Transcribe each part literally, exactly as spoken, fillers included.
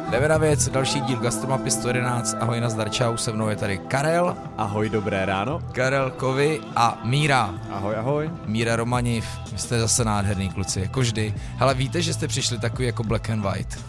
Jdeme na věc, další díl Gastromapy sto jedenáct. Ahoj, nazdar, čau, se mnou je tady Karel. Ahoj, dobré ráno. Karel Kovy a Míra. Ahoj, ahoj. Míra Romaniv, vy jste zase nádherný kluci, jako vždy. Hele, víte, že jste přišli takový jako black and white?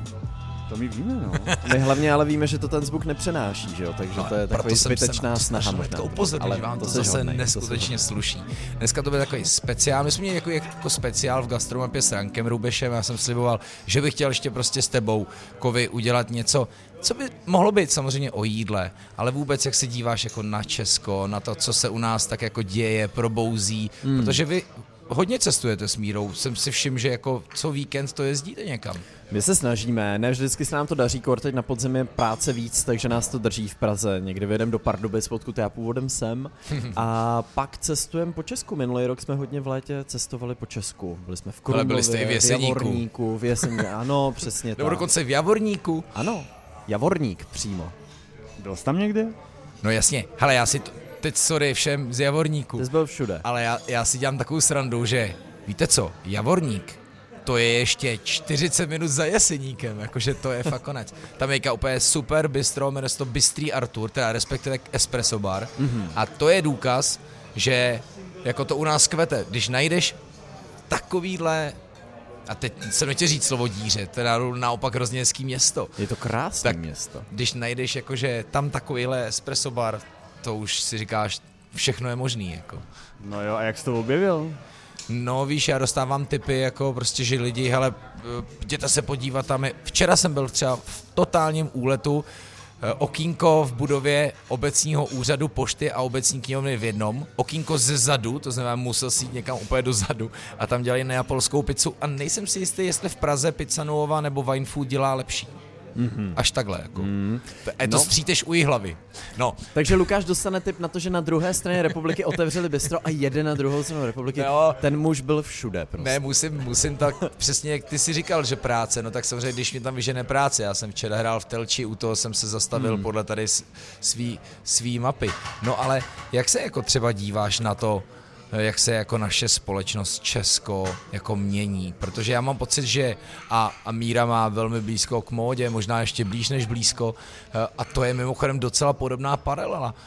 To my víme, no. My hlavně ale víme, že to ten zvuk nepřenáší, že jo, takže no, to je takový zbytečná snaha možná. Ale vám to, to zase hodnej, neskutečně to sluší. Dneska to bude takový speciál, my jsme měli jako, jako speciál v Gastromapě s Rankem Rubešem, já jsem sliboval, že bych chtěl ještě prostě s tebou, Kovy, udělat něco, co by mohlo být samozřejmě o jídle, ale vůbec jak se díváš jako na Česko, na to, co se u nás tak jako děje, probouzí, hmm. protože vy hodně cestujete s Mírou, jsem si všiml, že jako co víkend to jezdíte někam. My se snažíme, ne vždycky se nám to daří, kor teď na podzim je práce víc, takže nás to drží v Praze. Někdy vyjedeme do Pardubic, odkud já původem jsem, a pak cestujeme po Česku. Minulý rok jsme hodně v létě cestovali po Česku. Byli jsme v Krumlově, byli jste i v Jeseníku. v Javorníku, v Jeseníku, ano, přesně tak. Nebo dokonce v Javorníku. Ano, Javorník přímo. Byl jsi tam někdy? No jasně, hele, já si to, teď sorry všem z Javorníku. Ty jsi byl všude. Ale já, já si dělám takovou srandu, že víte co, Javorník, to je ještě čtyřicet minut za Jeseníkem, jakože to je fakt konec. Tam je úplně super bistro, jmenuje se to Bystrý Artur, teda respektive espresso bar. Mm-hmm. A to je důkaz, že jako to u nás kvete, když najdeš takovýhle, a teď jsem nechtěl říct slovo díře, teda naopak hrozně hezký město. Je to krásné tak město. Když najdeš jakože tam takovýhle espresso bar, to už si říkáš, všechno je možný, jako. No jo, a jak jsi to objevil? No víš, já dostávám tipy, jako prostě, že lidi, hele, jděte se podívat tam. Včera jsem byl třeba v totálním úletu, okýnko v budově obecního úřadu pošty a obecní knihovny v jednom, okýnko ze zadu, to znamená, musel si jít někam úplně dozadu a tam dělají neapolskou pizzu a nejsem si jistý, jestli v Praze Pizza Nuova nebo Wine Food dělá lepší. Mm-hmm. Až takhle, jako. Mm. To, to no. Stříteš u jí hlavy. No. Takže Lukáš dostane tip na to, že na druhé straně republiky otevřeli bistro a jede na druhou stranu republiky. No. Ten muž byl všude prostě. Ne, musím, musím tak, přesně jak ty si říkal, že práce, no tak samozřejmě, když mě tam vyžene práce, já jsem včera hrál v Telči, u toho jsem se zastavil mm. podle tady svý, svý mapy. No ale jak se jako třeba díváš na to, jak se jako naše společnost Česko jako mění, protože já mám pocit, že a, a Míra má velmi blízko k módě, možná ještě blíž než blízko, a to je mimochodem docela podobná paralela.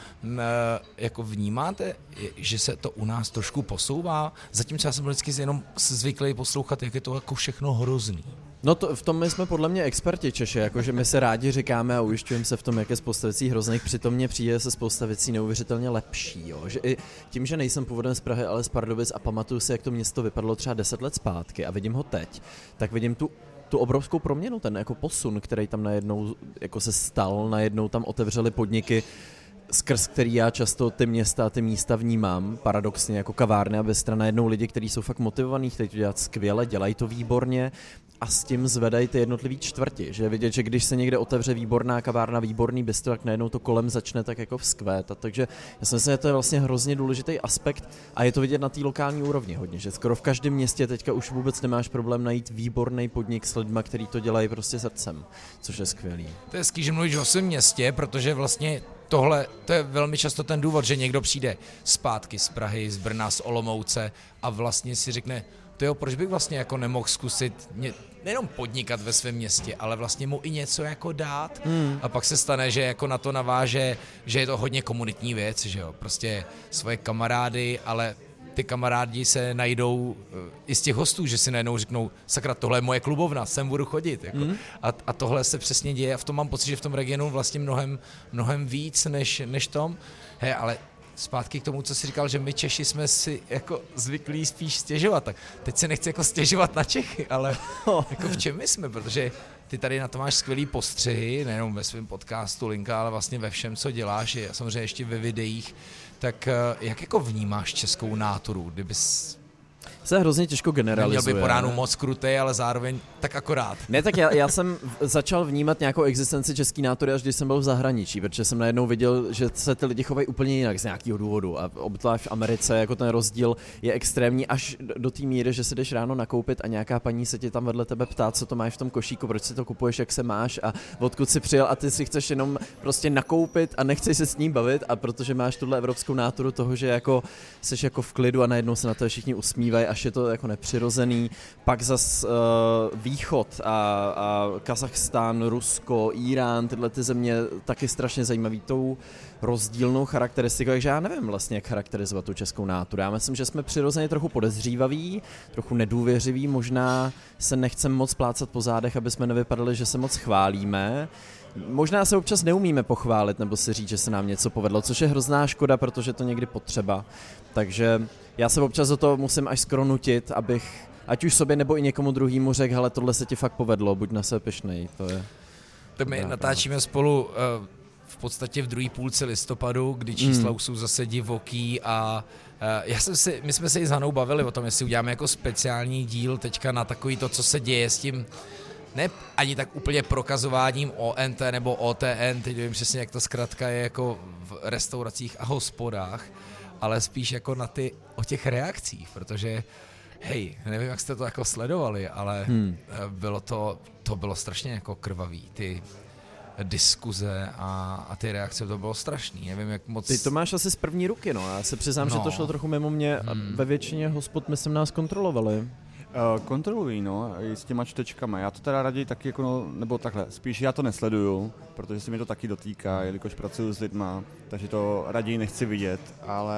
Jako vnímáte, že se to u nás trošku posouvá? Zatímco já jsem vždycky jenom zvyklý poslouchat, jak je to jako všechno hrozný. No to, v tom my jsme podle mě experti Češi, jakože my se rádi říkáme a ujišťujeme se v tom, jak je spousta věcí hrozných, přitom mně přijde se spousta věcí neuvěřitelně lepší, jo. Že i tím, že nejsem původem z Prahy, ale z Pardubic a pamatuju si, jak to město vypadalo třeba deset let zpátky a vidím ho teď, tak vidím tu tu obrovskou proměnu, ten jako posun, který tam najednou jako se stal, najednou tam otevřeli podniky, skrz který já často ty města a ty místa vnímám, paradoxně jako kavárny a bistra, najednou lidi, kteří jsou fakt motivovaní, chtějí to dělat skvěle, dělají to výborně a s tím zvedají ty jednotlivý čtvrti, že vidět, že když se někde otevře výborná kavárna, výborný bistro, tak najednou to kolem začne tak jako vzkvétat, takže já si myslím, že to je vlastně hrozně důležitý aspekt a je to vidět na té lokální úrovni hodně, že skoro v každém městě teďka už vůbec nemáš problém najít výborný podnik s lidma, kteří to dělají prostě srdcem, což je skvělý. To je hezký, že mluvíš o svém městě, protože vlastně tohle, to je velmi často ten důvod, že někdo přijde zpátky z Prahy, z Brna, z Olomouce a vlastně si řekne, tyjo, proč bych vlastně jako nemohl zkusit ně, nejenom podnikat ve svém městě, ale vlastně mu i něco jako dát hmm. a pak se stane, že jako na to naváže, že je to hodně komunitní věc, že jo, prostě svoje kamarády, ale ty kamarádi se najdou i z těch hostů, že si najednou řeknou, sakra, tohle je moje klubovna, sem budu chodit. Jako. Mm. A, a tohle se přesně děje a v tom mám pocit, že v tom regionu vlastně mnohem, mnohem víc než, než tom. Hej, ale zpátky k tomu, co jsi říkal, že my Češi jsme si jako zvyklí spíš stěžovat. Tak teď se nechci jako stěžovat na Čechy, ale jako v čem my jsme, protože ty tady na to máš skvělý postřehy, nejenom ve svém podcastu Linka, ale vlastně ve všem, co děláš, a samozřejmě ještě ve videích. Tak jak jako vnímáš českou náturu, kdybys se hrozně těžko generalizuje. Neměl by po ránu moc krutej, ale zároveň tak akorát. Ne, tak já, já jsem začal vnímat nějakou existenci český nátury, až když jsem byl v zahraničí, protože jsem najednou viděl, že se ty lidi chovají úplně jinak z nějakého důvodu a obzvlášť v Americe jako ten rozdíl je extrémní až do té míry, že se jdeš ráno nakoupit a nějaká paní se tě tam vedle tebe ptá, co to máš v tom košíku, proč si to kupuješ, jak se máš a odkud jsi přijel a ty si chceš jenom prostě nakoupit a nechceš se s ním bavit a protože máš tuhle evropskou náturu toho, že jako seš jako v klidu a najednou se na to všichni usmívají a až je to jako nepřirozený. Pak zas uh, východ a, a Kazachstán, Rusko, Irán, tyhle ty země taky strašně zajímavý tou rozdílnou charakteristikou, takže já nevím vlastně, jak charakterizovat tu českou náturu. Já myslím, že jsme přirozeně trochu podezřívaví, trochu nedůvěřiví, možná se nechceme moc plácat po zádech, aby jsme nevypadali, že se moc chválíme. Možná se občas neumíme pochválit nebo si říct, že se nám něco povedlo, což je hrozná škoda, protože to někdy potřeba. Takže já se občas do toho musím až skoro nutit, abych ať už sobě nebo i někomu druhému řekl, hele, tohle se ti fakt povedlo, buď na sebe pyšnej. To je... To my natáčíme práce. Spolu uh, v podstatě v druhé půlce listopadu, kdy čísla mm. jsou zase divoký a uh, já jsem si, my jsme se i s Hanou bavili o tom, jestli uděláme jako speciální díl teďka na takový to, co se děje s tím, ne ani tak úplně prokazováním O N T nebo O T N, teď nevím přesně, jak ta zkratka je jako v restauracích a hospodách, ale spíš jako na ty, o těch reakcích, protože hej, nevím, jak jste to jako sledovali, ale hmm. bylo to, to bylo strašně jako krvavý, ty diskuze a, a ty reakce, to bylo strašný, nevím, jak moc... Ty to máš asi z první ruky, no, já se přiznám, no. že to šlo trochu mimo mě, hmm. ve většině hospod myslím nás kontrolovali. Uh, kontrolují, no, i s těma čtečkama. Já to teda raději taky jako, no, nebo takhle, spíš já to nesleduju, protože se mi to taky dotýká, jelikož pracuju s lidma, takže to raději nechci vidět, ale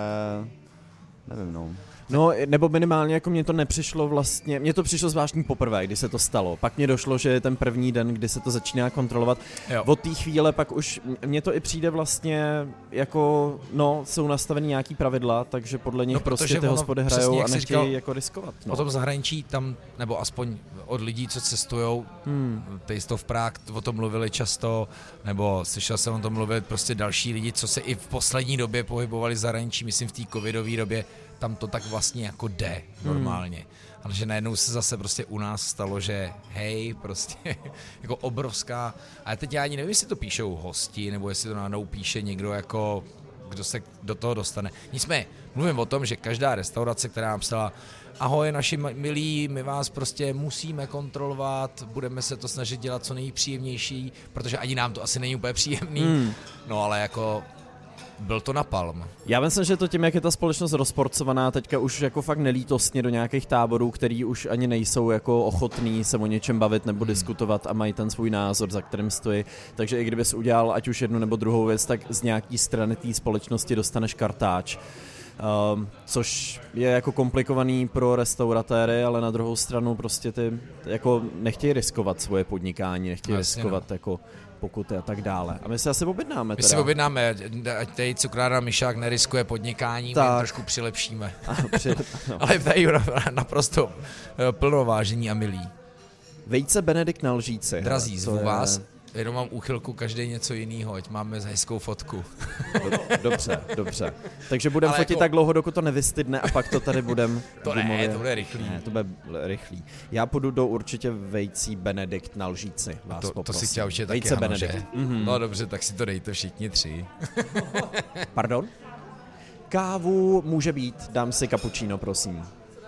nevím, no. No, nebo minimálně jako mně to nepřišlo vlastně, mně to přišlo zvláštní poprvé, kdy se to stalo. Pak mně došlo, že je ten první den, kdy se to začíná kontrolovat. Jo. Od té chvíle pak už, mně to i přijde vlastně jako, no, jsou nastaveny nějaký pravidla, takže podle nich no, prostě ty hospody hrajou a nechtějí jako riskovat. No. O tom zahraničí tam, nebo aspoň od lidí, co cestujou, hmm. tady to v Prague o tom mluvili často, nebo slyšel jsem o tom mluvit prostě další lidi, co se i v poslední době pohybovali v zahraničí, myslím v té covidové době, tam to tak vlastně jako jde normálně. Hmm. Ale že najednou se zase prostě u nás stalo, že hej, prostě jako obrovská, ale teď já ani nevím, jestli to píšou hosti, nebo jestli to najednou píše někdo jako, kdo se do toho dostane. Nicméně, mluvím o tom, že každá restaurace, která nám psala, ahoj naši milí, my vás prostě musíme kontrolovat, budeme se to snažit dělat co nejpříjemnější, protože ani nám to asi není úplně příjemný, hmm. no ale jako... Byl to napalm. Já myslím, že to tím, jak je ta společnost rozporcovaná, teďka už jako fakt nelítostně do nějakých táborů, který už ani nejsou jako ochotní se o něčem bavit nebo hmm. diskutovat a mají ten svůj názor, za kterým stojí. Takže i kdybys udělal ať už jednu nebo druhou věc, tak z nějaký strany té společnosti dostaneš kartáč. Um, což je jako komplikovaný pro restauratéry, ale na druhou stranu prostě ty jako nechtějí riskovat svoje podnikání, nechtějí Jasně, riskovat no. jako pokuty a tak dále. A my se asi objednáme. My teda. si objednáme, ať tady cukrárna Myšák neriskuje podnikání, tak. my trošku přilepšíme. Při, no. Ale tady naprosto plno vážení a milí. Vejce Benedikt na Lžíci. Drazí, zvu je... vás. Jenom mám úchylku každý něco jinýho, ať máme hezkou fotku. Dobře, dobře. Takže budeme fotit jako... tak dlouho, dokud to nevystydne a pak to tady budeme... To gumově... ne, to bude rychlý. Ne, to bude rychlý. Já půjdu do určitě Vejcí Benedikt na Lžíci. Vás to, to si chtěl určitě taky, Vejce ano, Benedikt. Že? Mm-hmm. No dobře, tak si to dejte všichni tři. Pardon? Kávu může být, dám si cappuccino, prosím.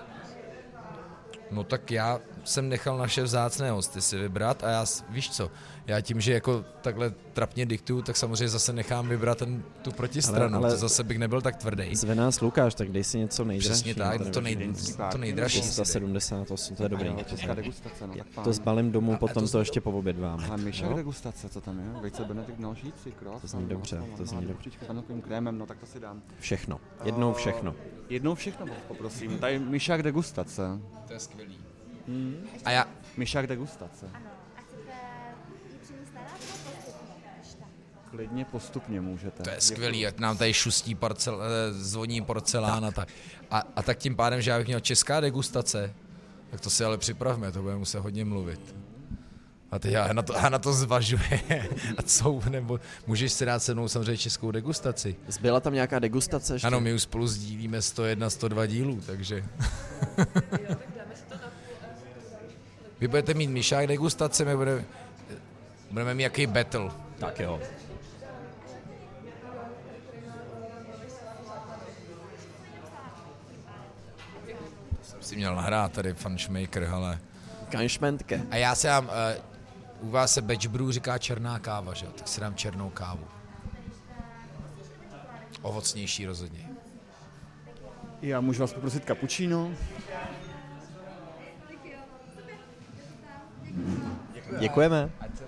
No tak já jsem nechal naše vzácné hosty si vybrat a já, víš co, já tím, že jako takhle trapně diktuju, tak samozřejmě zase nechám vybrat ten, tu protistranu, ale, ale to zase bych nebyl tak tvrdý. Zve nás Lukáš, tak dej si něco nejdražší. Přesně tak, to, nej, to nejdražší. tři sta sedmdesát osm, to je dobrý. Česká degustace, no tak pán. To zbalím domů, a potom to, to ještě poobědvám. Ale Myšák no? degustace, co tam je? Vejce Benedikt na Lžíci, krásná. To zní dobře, to zní dobře. S krémem, no tak to si dám. Všechno, jednou všechno. Jednou všechno, poprosím. Tady Myšák degustace. To je skvělý. Hmm. A já... Myšák degustace. Ano. A chcete ji přinést naraz nebo postupně? Klidně postupně můžete. To je skvělý, ať nám tady šustí porcel, zvoní porcelán a tak. A, a tak tím pádem, že já bych měl česká degustace, tak to si ale připravme, to budeme muset hodně mluvit. A teď já na to, já na to zvažuji. A co, nebo můžeš si dát se mnou samozřejmě českou degustaci. Zbyla tam nějaká degustace ještě? Ano, my už spolu sdílíme sto jedna, sto dva dílů, takže... Vy budete mít Myšák degustace, my budeme, budeme mít jaký battle. Tak jo. Jsem si měl nahrát tady Funchmaker, ale... Kanšmentke. A já se dám, uh, u vás se batch brew říká černá káva, že jo? Tak si dám černou kávu. Ovocnější rozhodně. Já můžu vás poprosit cappuccino. Děkujeme.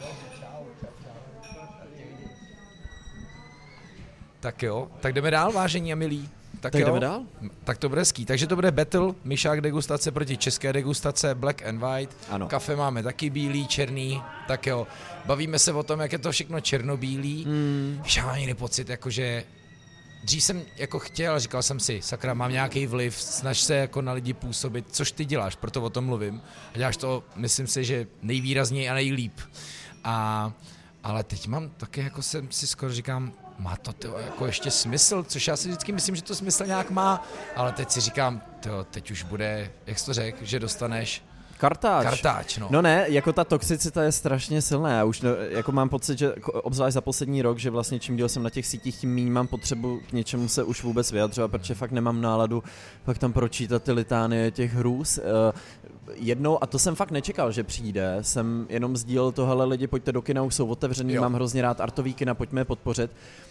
Tak jo, tak jdeme dál, vážení a milí. Tak, Tak jo? jdeme dál? Tak to bude hezký. Takže to bude battle, myšák degustace proti české degustace, black and white. Ano. Kafe máme taky bílý, černý, tak jo. Bavíme se o tom, jak je to všechno černobílý. Mm. Já mám jiný pocit, jakože dřív jsem jako chtěl, říkal jsem si, sakra, mám nějaký vliv, snaž se jako na lidi působit, což ty děláš, proto o tom mluvím. A děláš to, myslím si, že nejvýrazněji a nejlíp. A, ale teď mám taky, jako jsem si skoro říkám, má to tyjo, jako ještě smysl, což já si vždycky myslím, že to smysl nějak má, ale teď si říkám, tyjo, teď už bude, jak jsi to řekl, že dostaneš Kartáč. kartáč, no. No ne, jako ta toxicita je strašně silná. Já už no, jako mám pocit, že obzvlášť za poslední rok, že vlastně čím díl jsem na těch sítích, tím méně mám potřebu k něčemu se už vůbec vyjadřovat, protože fakt nemám náladu fakt tam pročítat ty litánie těch hrůz. Uh, jednou, a to jsem fakt nečekal, že přijde, jsem jenom sdílel to, hele lidi, pojďte do kina, už jsou otevřený, Jo. mám hrozně rád artový kina, pojďme je podpořit.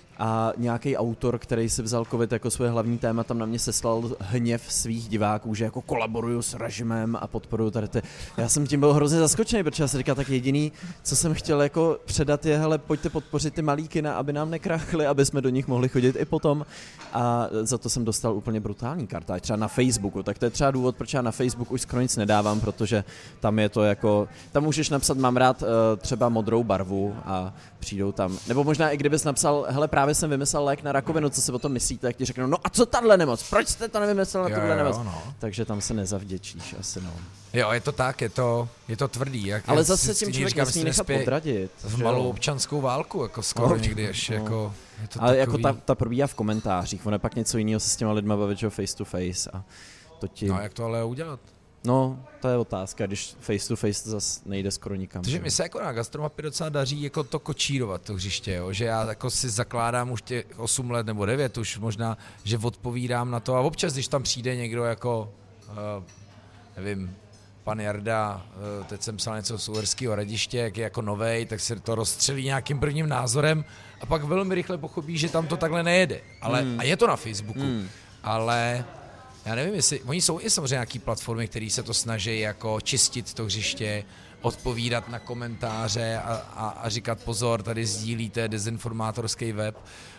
A nějaký autor, který si vzal covid jako svoje hlavní téma, tam na mě seslal hněv svých diváků, že jako kolaboruju s režimem a podporuju tady ty. Já jsem tím byl hrozně zaskočený, protože já si říkal, tak jediný, co jsem chtěl jako předat je, hele, pojďte podpořit ty malý kina, aby nám nekrachly, aby jsme do nich mohli chodit i potom. A za to jsem dostal úplně brutální kartáč, třeba na Facebooku. Tak to je třeba důvod, proč já na Facebook už skoro nic nedávám, protože tam je to jako, tam můžeš napsat, mám rád uh, třeba modrou barvu a přijdou tam, nebo možná i kdybys napsal, hele, právě jsem vymyslel lék na rakovinu, co si o tom myslíte, jak ti řeknou, no a co tahle nemoc, proč jste to nevymyslel na Jo, tuhle jo, nemoc? no. Takže tam se nezavděčíš asi, no. Jo, je to tak, je to, je to tvrdý. Jak, Ale jak zase si tím vždycky člověk říkám, nesmí si nechat nespěje podradit. v že malou jo? občanskou válku, jako skoro No, někdy až, no. jako, je to Ale takový... jako ta, ta probíhá v komentářích, ono je pak něco jiného se s těma lidma bavit, že jo, face to face a to ti... No, jak to ale udělat? No, to je otázka, když face to face to zase nejde skoro nikam. Takže že mi se jako na gastromapě docela daří jako to kočírovat, to hřiště, jo? Že já jako si zakládám už těch osm let nebo devět už možná, že odpovídám na to a občas, když tam přijde někdo jako, uh, nevím, pan Jarda, uh, teď jsem psal něco z Uherského Hradiště, jak je jako novej, tak se to rozstřelí nějakým prvním názorem a pak velmi rychle pochopí, že tam to takhle nejede. Ale, Hmm. a je to na Facebooku, Hmm. ale... Já nevím, jestli, oni jsou i samozřejmě nějaký platformy, které se to snaží jako čistit to hřiště, odpovídat na komentáře a, a, a říkat pozor, tady sdílíte dezinformátorský web,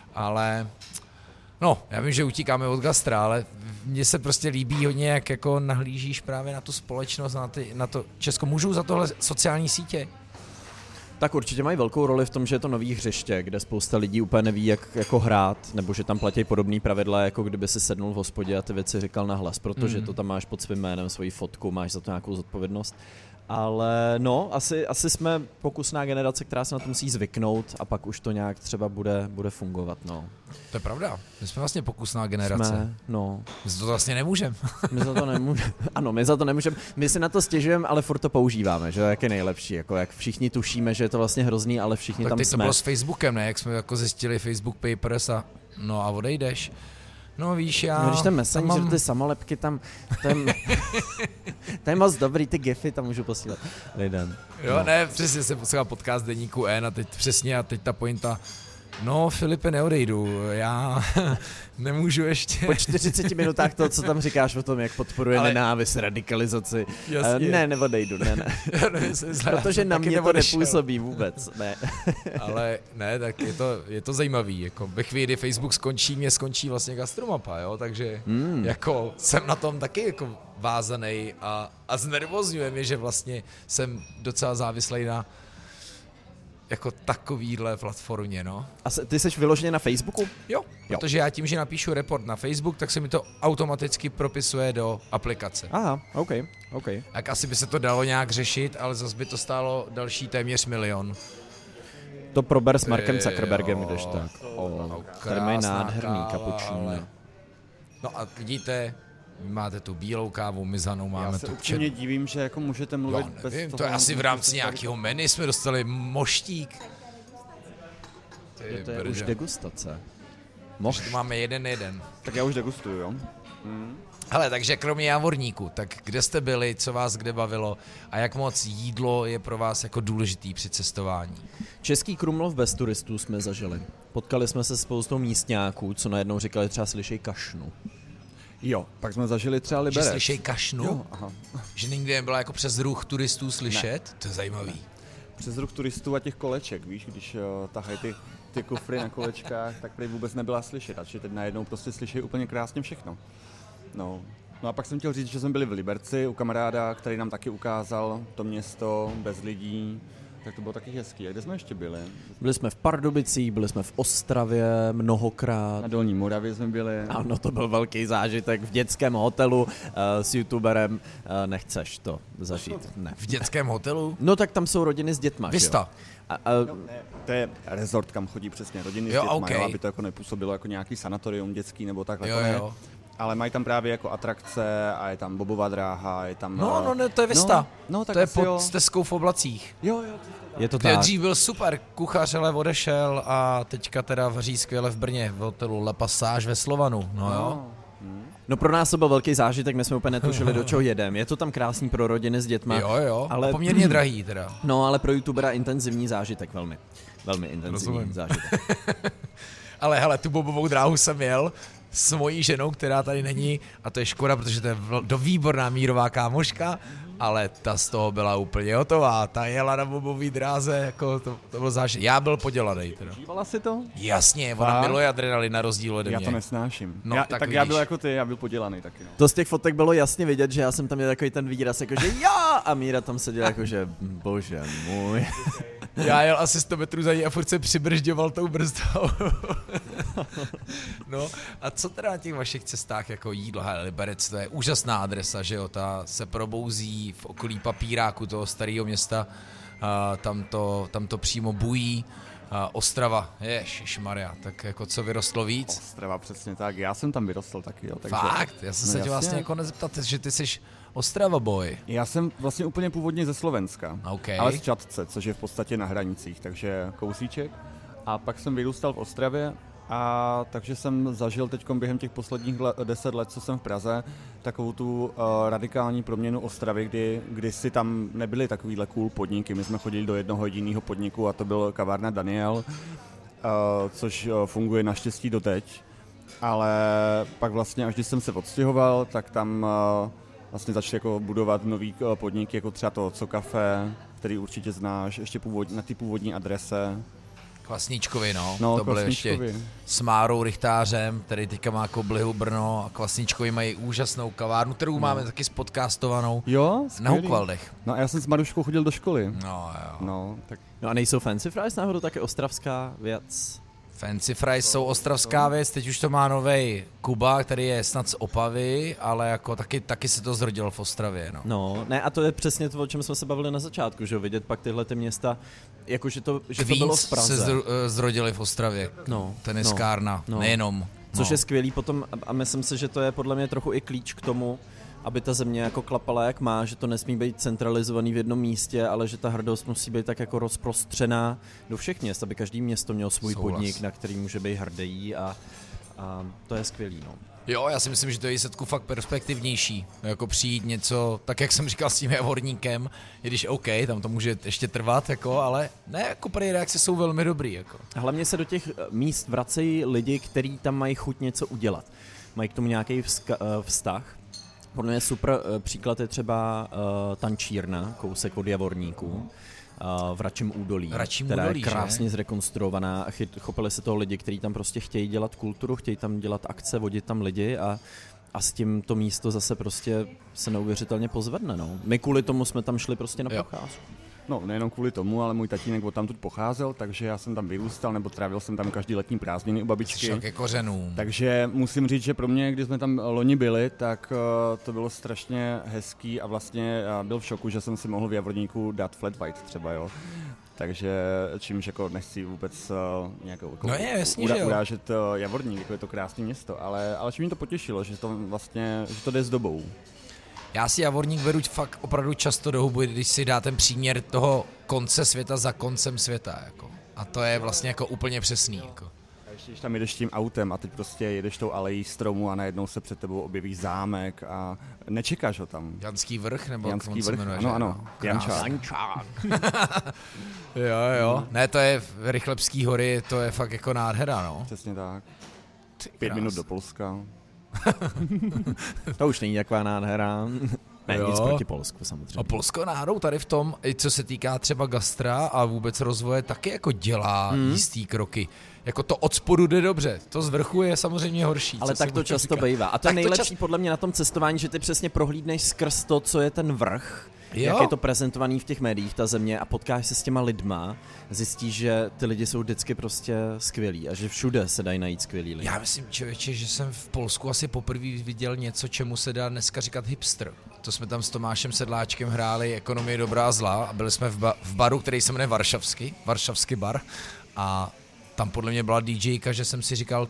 ale no, já vím, že utíkáme od gastra, ale mně se prostě líbí hodně, jak jako nahlížíš právě na tu společnost, na, ty, na to Česko. Můžou za tohle sociální sítě? Tak určitě mají velkou roli v tom, že je to nový hřiště, kde spousta lidí úplně neví, jak jako hrát, nebo že tam platí podobné pravidla, jako kdyby si sednul v hospodě a ty věci říkal nahlas, protože Mm. to tam máš pod svým jménem, svoji fotku, máš za to nějakou zodpovědnost. Ale no, asi, asi jsme pokusná generace, která se na to musí zvyknout a pak už to nějak třeba bude, bude fungovat, no. To je pravda, my jsme vlastně pokusná generace. Jsme, no. My to vlastně nemůžeme. My za to nemůžeme. Ano, my za to nemůžeme. My si na to stěžujeme, ale furt to používáme, že jak je nejlepší. Jako jak všichni tušíme, že je to vlastně hrozný, ale všichni Tak tam teď jsme. to bylo s Facebookem, ne? Jak jsme jako zjistili Facebook Papers a no a odejdeš. No víš, já... No, když ten Messenger, mám- ty samolepky tam, to je, to je moc dobrý, ty gify tam můžu posílat lidem. Jo, No. ne, přesně jsem poslouchal podcast Deníku N a teď přesně a teď ta pointa, no Filipe, neodejdu, já nemůžu ještě. Po čtyřiceti minutách to, co tam říkáš o tom, jak podporuje Ale- nenávist, radikalizaci. Jasně. Uh, ne, neodejdu, ne, ne. Já nevím, jestli jsem Protože na taky mě to neodešel. nepůsobí vůbec, ne. Ale ne, tak je to, je to zajímavý, jako ve chvíli, kdy Facebook skončí, mě skončí vlastně gastromapa, jo, takže Mm. jako jsem na tom taky jako vázanej a, a znervozňuje mě, že vlastně jsem docela závislý na jako takovýhle platformě, no. A se, ty jsi vyloženě na Facebooku? Jo, protože já tím, že napíšu report na Facebook, tak se mi to automaticky propisuje do aplikace. Aha, OK, OK. Tak asi by se to dalo nějak řešit, ale zase by to stálo další téměř milion. To prober s Markem Ty Zuckerbergem, jo. když tak. O, No, tady mají krásná nádherný káva, kapučíny. ale- No a vidíte, vy máte tu bílou kávu, myzanou máme Já se tu upřímně divím, že jako můžete mluvit Já bez nevím, toho... to je asi v rámci nějakého menu jsme dostali moštík. Ty To je už brďo. degustace. Už tu máme jeden jeden. Tak já už degustuju, jo? Mm. Hele, takže kromě Javorníku, tak kde jste byli, co vás kde bavilo a jak moc jídlo je pro vás jako důležitý při cestování? Český Krumlov bez turistů jsme zažili. Potkali jsme se s spoustou místňáků, co najednou říkali třeba slyšej kašnu. Jo, pak jsme zažili třeba Že Liberec. slyšej kašnu? Jo, aha. Že nikdy nebyla jako přes ruch turistů slyšet? Ne. To je zajímavý. přes ruch turistů a těch koleček, víš, když uh, tahají ty, ty kufry na kolečkách, tak prý vůbec nebyla slyšet, a teď najednou prostě slyší úplně krásně všechno. No. No a pak jsem chtěl říct, že jsme byli v Liberci u kamaráda, který nám taky ukázal to město bez lidí, tak to bylo taky hezký. A kde jsme ještě byli? Byli jsme v Pardubicích, byli jsme v Ostravě mnohokrát. Na Dolní Moravě jsme byli. Ano, to byl velký zážitek v dětském hotelu uh, s youtuberem. Uh, nechceš to zažít? Ne. V dětském hotelu? No tak tam jsou rodiny s dětma, Vista. že jo? A, a, No, ne, to je resort, kam chodí přesně rodiny Jo, s dětma, okay. jo, aby to jako nepůsobilo jako nějaký sanatorium dětský nebo takhle. Jo, to ne. jo. Ale mají tam právě jako atrakce a je tam bobová dráha, je tam... No, eh, no, ne, to je Vista. No, no tak to je asi pod jo. Stezkou v Oblacích. Jo, jo. je to Kde tak. dřív byl super kuchař, ale odešel a teďka teda vaří skvěle v Brně v hotelu La Passage ve Slovanu. No jo. No pro nás to byl velký zážitek, my jsme úplně netušili, do čeho jedem. Je to tam krásný pro rodiny s dětma. Jo, jo, ale ale... poměrně drahý teda. No, ale pro youtubera intenzivní zážitek velmi. Velmi intenzivní Rozumím. zážitek. Ale hele, tu bobovou dráhu jsem jel s mojí ženou, která tady není, a to je škoda, protože to je do výborná mírová kámoška, ale ta z toho byla úplně hotová. Ta jela na bobový dráze, jako to, to byl zážitek. Já byl podělaný teda. Žívala si to? Jasně, ona Fakt? miluje adrenalin na rozdíl ode Já mě. to nesnáším. No, já, tak tak já vidíš. byl jako ty, já byl podělaný taky. No. To z těch fotek bylo jasně vidět, že já jsem tam měl takový ten výraz, jakože já, a Míra tam seděla jakože, bože můj. Já jel asi sto metrů za ní a furt se přibržďoval tou brzdou. No a co teda na těch vašich cestách jako jídlo? Hele, Liberec, to je úžasná adresa, že jo? Ta se probouzí v okolí Papíráku, toho starého města. A tam, to, tam to přímo bují. A Ostrava, ježišmarja, tak jako co vyrostlo víc? Ostrava, přesně tak. Já jsem tam vyrostl taky, jo. Takže... Fakt? Já jsem No se tě jasně. vlastně jako nezeptat, že ty jsi Ostrava boy. Já jsem vlastně úplně původně ze Slovenska, OK. ale z Čadce, což je v podstatě na hranicích, takže kousíček. A pak jsem vyrůstal v Ostravě, a takže jsem zažil teď během těch posledních le- deset let, co jsem v Praze, takovou tu uh, radikální proměnu Ostravy, kdy, kdy si tam nebyly takovýhle cool podniky. My jsme chodili do jednoho jediného podniku a to byl kavárna Daniel, uh, což uh, funguje naštěstí doteď. Ale pak vlastně, až když jsem se odstěhoval, tak tam uh, vlastně začali jako budovat nový uh, podniky, jako třeba to Co Café, který určitě znáš, ještě původ, na ty původní adrese. Kvasničkovi, no. No, to bylo ještě Kvasničkovi. s Márou Richtářem, který teďka má Koblihu Brno, a Kvasničkovi mají úžasnou kavárnu, kterou no. máme taky spodcastovanou Jo, na skvělý. Hukvaldech. No a já jsem s Maruškou chodil do školy. No jo. No, tak No a nejsou Fancy Fries náhodou taky ostravská věc? Fancy Fries jsou ostravská věc, teď už to má novej Kuba, který je snad z Opavy, ale jako taky, taky se to zrodilo v Ostravě, no. No, ne, a to je přesně to, o čem jsme se bavili na začátku, že jo, vidět pak tyhle ty města, jakože to, že to bylo v Queens Praze. se zro, eh, zrodili v Ostravě, No, teniskárna, no, no. nejenom. Což no. je skvělý potom, a- a myslím si, že to je podle mě trochu i klíč k tomu, aby ta země jako klapala jak má, že to nesmí být centralizovaný v jednom místě, ale že ta hrdost musí být tak jako rozprostřená do všech měst, aby každý město mělo svůj Souhlas. podnik, na který může být hrdý, a, a to je skvělý, no. Jo, já si myslím, že to je výsledku fakt perspektivnější, jako přijít něco, tak jak jsem říkal s tím javorníkem, i když OK, tam to může ještě trvat, jako, ale ne, jako prý reakce jsou velmi dobrý, jako. Hlavně se do těch eh, míst vracejí lidi, kteří tam mají chuť něco udělat. Mají k tomu nějaký vzka- eh, vztah. Podle mě super eh, příklad je třeba uh, Tančírna, kousek od Javorníků, uh, v Račím údolí, Račím která údolí, je krásně že? zrekonstruovaná a chyt, chopili se toho lidi, kteří tam prostě chtějí dělat kulturu, chtějí tam dělat akce, vodit tam lidi, a, a s tím to místo zase prostě se neuvěřitelně pozvedne. No. My kvůli tomu jsme tam šli prostě na Jo. procházku. no, nejenom kvůli tomu, ale můj tatínek odtamtud pocházel, takže já jsem tam vyrůstal, nebo trávil jsem tam každý letní prázdniny u babičky. Šok ke kořenům. Takže musím říct, že pro mě, když jsme tam loni byli, tak uh, to bylo strašně hezký a vlastně uh, byl v šoku, že jsem si mohl v Javorníku dát flat white třeba, jo. Takže čímž jako nechci vůbec uh, nějakou jako No je, jasně, že jo. urážet uh, Javorník, jako je to krásné město, ale, ale čím mě to potěšilo, že to vlastně, že to jde s dobou. Já si Javorník beru fakt opravdu často do huby, když si dá ten příměr toho konce světa za koncem světa, jako. A to je vlastně jako úplně přesný, jako. A ještě když tam jedeš tím autem a teď prostě jedeš tou alejí stromu a najednou se před tebou objeví zámek a nečekáš ho tam. Janský vrch, nebo Janský jak on se vrch, jmenuje, ano, že? ano, No, krásný. Jančák. Jo, jo. Ne, to je v Rychlebský hory, to je fakt jako nádhera, no. Přesně tak. Ty Pět krás. minut do Polska. To už není taková nádhera. Ne, Jo. nic proti Polsku samozřejmě. A Polsko náhodou tady v tom, i co se týká třeba gastra a vůbec rozvoje, taky jako dělá Hmm. mm. jistý kroky. Jako to od spodu jde dobře, to z vrchu je samozřejmě horší. Ale co tak si to můžu často říkat. bývá. A to Tak je nejlepší čas- podle mě na tom cestování, že ty přesně prohlídneš skrz to, co je ten vrch, Jo. jak je to prezentovaný v těch médiích, ta země, a potkáš se s těma lidma, zjistíš, že ty lidi jsou vždycky prostě skvělí a že všude se dají najít skvělí lidi. Já myslím, člověče, že jsem v Polsku asi poprvé viděl něco, čemu se dá dneska říkat hipster. To jsme tam s Tomášem Sedláčkem hráli Ekonomie dobrá a zlá a byli jsme v, ba- v baru, který se jmenuje Varšavský, Varšavský bar, a tam podle mě byla DJka, že jsem si říkal,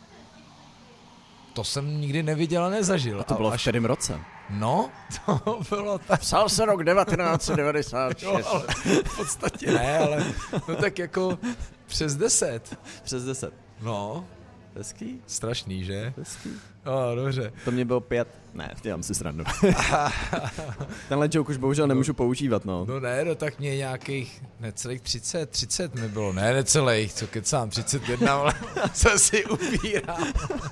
to jsem nikdy neviděl a nezažil. A to bylo v kterém roce? No, to bylo tak. Psal se rok devatenáct set devadesát šest. No, ale v podstatě ne, ale no tak jako přes deset. Přes deset. No, Hezký? strašný, že? Hezký. No, dobře. To mě bylo pět. Ne, dělám si srandu. Tenhle joke už bohužel nemůžu používat, no. No ne, no tak mě nějakých necelých třicet, třicet mi bylo, ne necelých, co kecám, třicet jedna, ale co si upírám.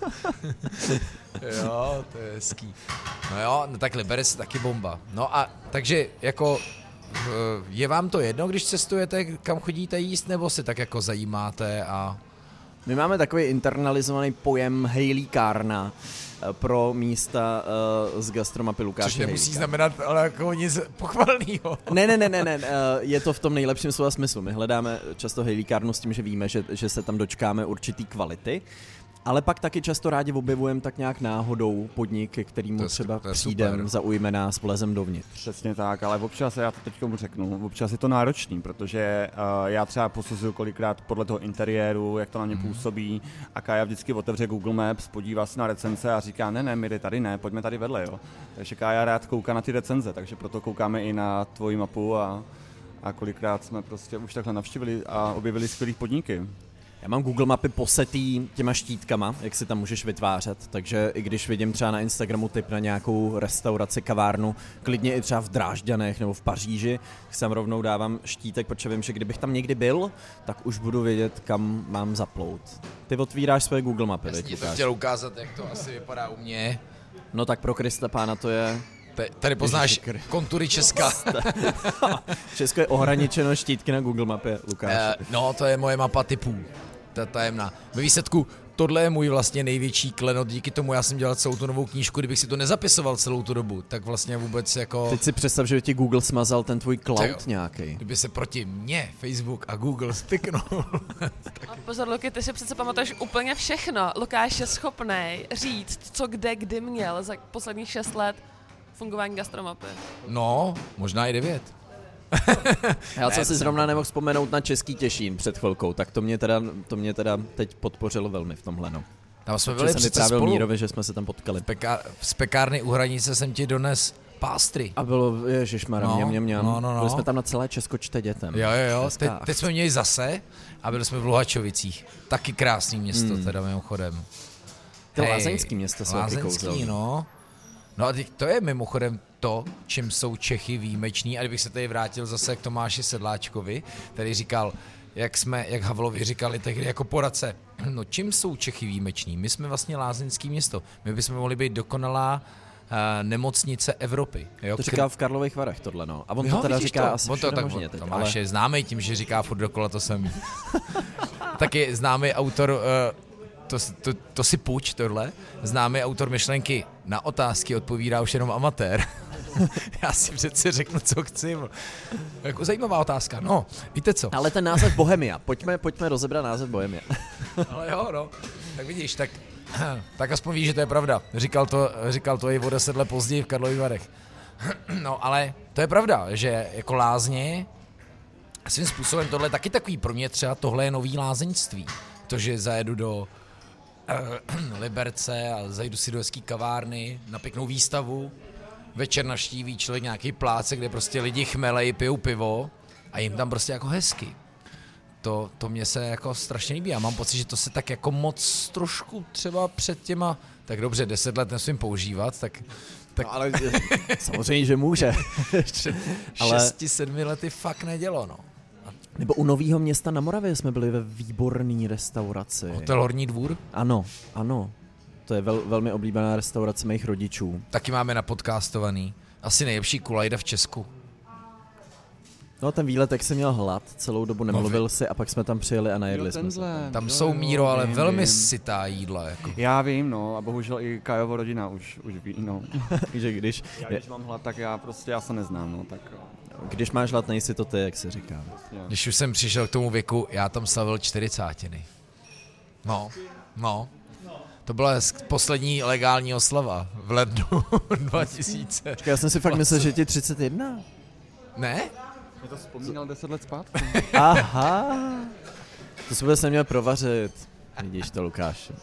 Jo, to je hezký. No jo, no tak Liberec taky bomba. No a takže jako eh, je vám to jedno, když cestujete, kam chodíte jíst, nebo se tak jako zajímáte a... My máme takový internalizovaný pojem hejlíkárna eh, pro místa uh, z gastromapy Lukáše Což nemusí Hejlíka. znamenat ale jako nic pochvalnýho. Ne, ne, ne, ne, ne, eh, je to v tom nejlepším slova smyslu. My hledáme často hejlíkárnu s tím, že víme, že, že se tam dočkáme určitý kvality, ale pak taky často rádi objevujeme tak nějak náhodou podnik, ke To kterému je třeba super, to je přijdem, super. zaujme nás, vlezem dovnitř. Přesně tak, ale občas, já to teď komu řeknu, občas je to náročný, protože uh, já třeba posuzuju kolikrát podle toho interiéru, jak to na mě Mhm. působí, a Kája vždycky otevře Google Maps, podívá se na recenze a říká, ne, ne, my tady ne, pojďme tady vedle, jo. Takže Kája rád kouká na ty recenze, takže proto koukáme i na tvoji mapu a, a kolikrát jsme prostě už takhle navštívili a objevili skvělý podniky. Já mám Google mapy posetý těma štítkama, jak si tam můžeš vytvářet, takže i když vidím třeba na Instagramu tip na nějakou restauraci, kavárnu, klidně i třeba v Drážďanech nebo v Paříži, tak tam rovnou dávám štítek, protože vím, že kdybych tam někdy byl, tak už budu vědět, kam mám zaplout. Ty otvíráš své Google mapy, Já jsem veď, ti to Lukáš? chtěl ukázat, jak to asi vypadá u mě. No tak pro Krista pána to je... T- Tady poznáš Ježiši, kontury Česka. Česko je ohraničeno štítky na Google mapě, Lukáš. Eh, no, to je moje mapa typů. Ta tajemná. Ve výsledku, tohle je můj vlastně největší klenot, díky tomu já jsem dělal celou tu novou knížku, kdybych si to nezapisoval celou tu dobu, tak vlastně vůbec jako... Teď si představ, že ti Google smazal ten tvůj Tyjo. cloud nějaký. Kdyby se proti mně Facebook a Google spiknul. A pozor, Luky, ty si přece pamatuješ úplně všechno. Lukáš je schopnej říct, co kde kdy měl za posledních šest let fungování gastromapy. No, možná i devět. Já Ne, jsem to si jsem- zrovna nemohl vzpomenout na Český Těšín před chvilkou, tak to mě teda, to mě teda teď podpořilo velmi v tomhle. No. Tam jsme Že byli jsem přece vyprávěl spolu. Mírovi, že jsme se tam potkali. Peka- z pekárny u hranice jsem ti dones pástry. A bylo, ježišmarja, No, mě, mě, mě. no, no, no. Byli jsme tam na celé Česko čte dětem. Jo, jo, jo. Hezká Teď, teď jsme měli zase a byli jsme v Luhačovicích. Taky krásný město, Hmm. teda mimochodem. To Hej, lázeňský město jsou taky Lázeňský, kouzelný. no. No a teď to je mimochodem to, čím jsou Čechy výjimeční. A kdybych se tady vrátil zase k Tomáši Sedláčkovi, který říkal, jak jsme, jak Havlovi říkali tehdy jako poradce, no čím jsou Čechy výjimeční? My jsme vlastně lázeňský město. My bychom mohli být dokonalá uh, nemocnice Evropy. Jo? To říká v Karlových Varech tohle, no. A on Jo, to teda vidíš říká to? asi On to všude tak, možně teď, Tomáš ale... je známý tím, že říká furt dokola to samý. Taky známý autor, uh, to, to, to si půjč tohle, známý autor myšlenky na otázky odpovídá už jenom amatér. Já si přece řeknu, co chci. Jako zajímavá otázka. No, víte co? Ale ten název Bohemia, pojďme, pojďme rozebrat název Bohemia. Ale jo, no. Tak vidíš, tak, tak aspoň víš, že to je pravda. Říkal to, říkal to i o deset let později v Karlových Varech. No, ale to je pravda, že jako lázně, svým způsobem tohle je taky takový, pro mě třeba tohle je nový lázeňství. To, že zajedu do uh, Liberce a zajdu si do hezký kavárny na pěknou výstavu, večer navštíví člověk nějaký pláce, kde prostě lidi chmelejí, pijou pivo a jim tam prostě jako hezky. To, to mě se jako strašně líbí. Já mám pocit, že to se tak jako moc trošku třeba před těma, tak dobře, deset let nesmím používat, tak, tak No, ale samozřejmě, že může. ale- šesti, sedmi lety fakt nedělo, no. Nebo u Nového Města na Moravě jsme byli ve výborné restauraci. Hotel Horní dvůr, Ano, ano. To je vel, velmi oblíbená restaurace mých rodičů. taky máme napodcastovaný. Asi nejlepší kulajda v Česku. No ten výlet, jak jsem měl hlad, celou dobu nemluvil si a pak jsme tam přijeli a najedli jsme se. Tam jo, jsou, jo, Míro, ale vím, velmi vím. sytá jídla. Jako. Já vím, no, a bohužel i Kajovo rodina už, už ví, no. že když, Já když mám hlad, tak já prostě, já se neznám, no, tak jo. když máš hlad, nejsi to ty, jak se říká. Když už jsem přišel k tomu věku, já tam slavil čtyřicátiny. No, no. To byla sk- poslední legální oslava v lednu dva tisíce. Já jsem si fakt myslel, že ti třicet jedna. Ne? Mě to vzpomínal deset let zpátky. Aha. To si vůbec neměl provařit. Vidíš to, Lukáš.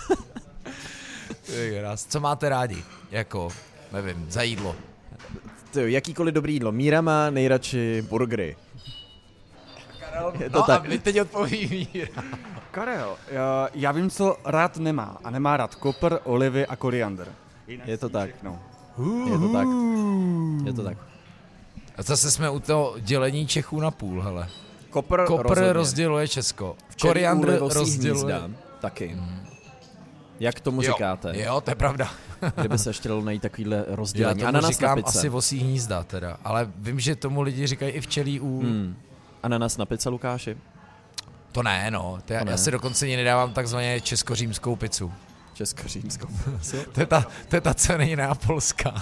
Co máte rádi? Jako, nevím, za jídlo. Tyjo, jakýkoliv dobrý jídlo. Míra má nejradši burgery. Je to no tak. a my teď odpoví Míra. Karel, já, já vím, co rád nemá. A nemá rád kopr, olivy a koriandr. Jinak Je to tak. všechno. Je to tak. Je to tak. A zase jsme u toho dělení Čechů na půl, hele. Kopr, Kopr rozhodně. rozděluje Česko. Včelí Koriandr úly, vosí rozděluje... hnízda. Taky. Jak tomu Jo, říkáte? jo, to je pravda. Kdyby se ještě dalo najít takovýhle Já rozdělení. tomu Ananas na říkám pice. asi vosí hnízda teda, ale vím, že tomu lidi říkají i včelí úl. Hmm. Ananas na pice, Lukáši? To ne, no. To já, To ne. já si dokonce ani nedávám takzvaně česko-římskou pizzu. Česko-římskou. To je ta, to je ta, co není neapolská.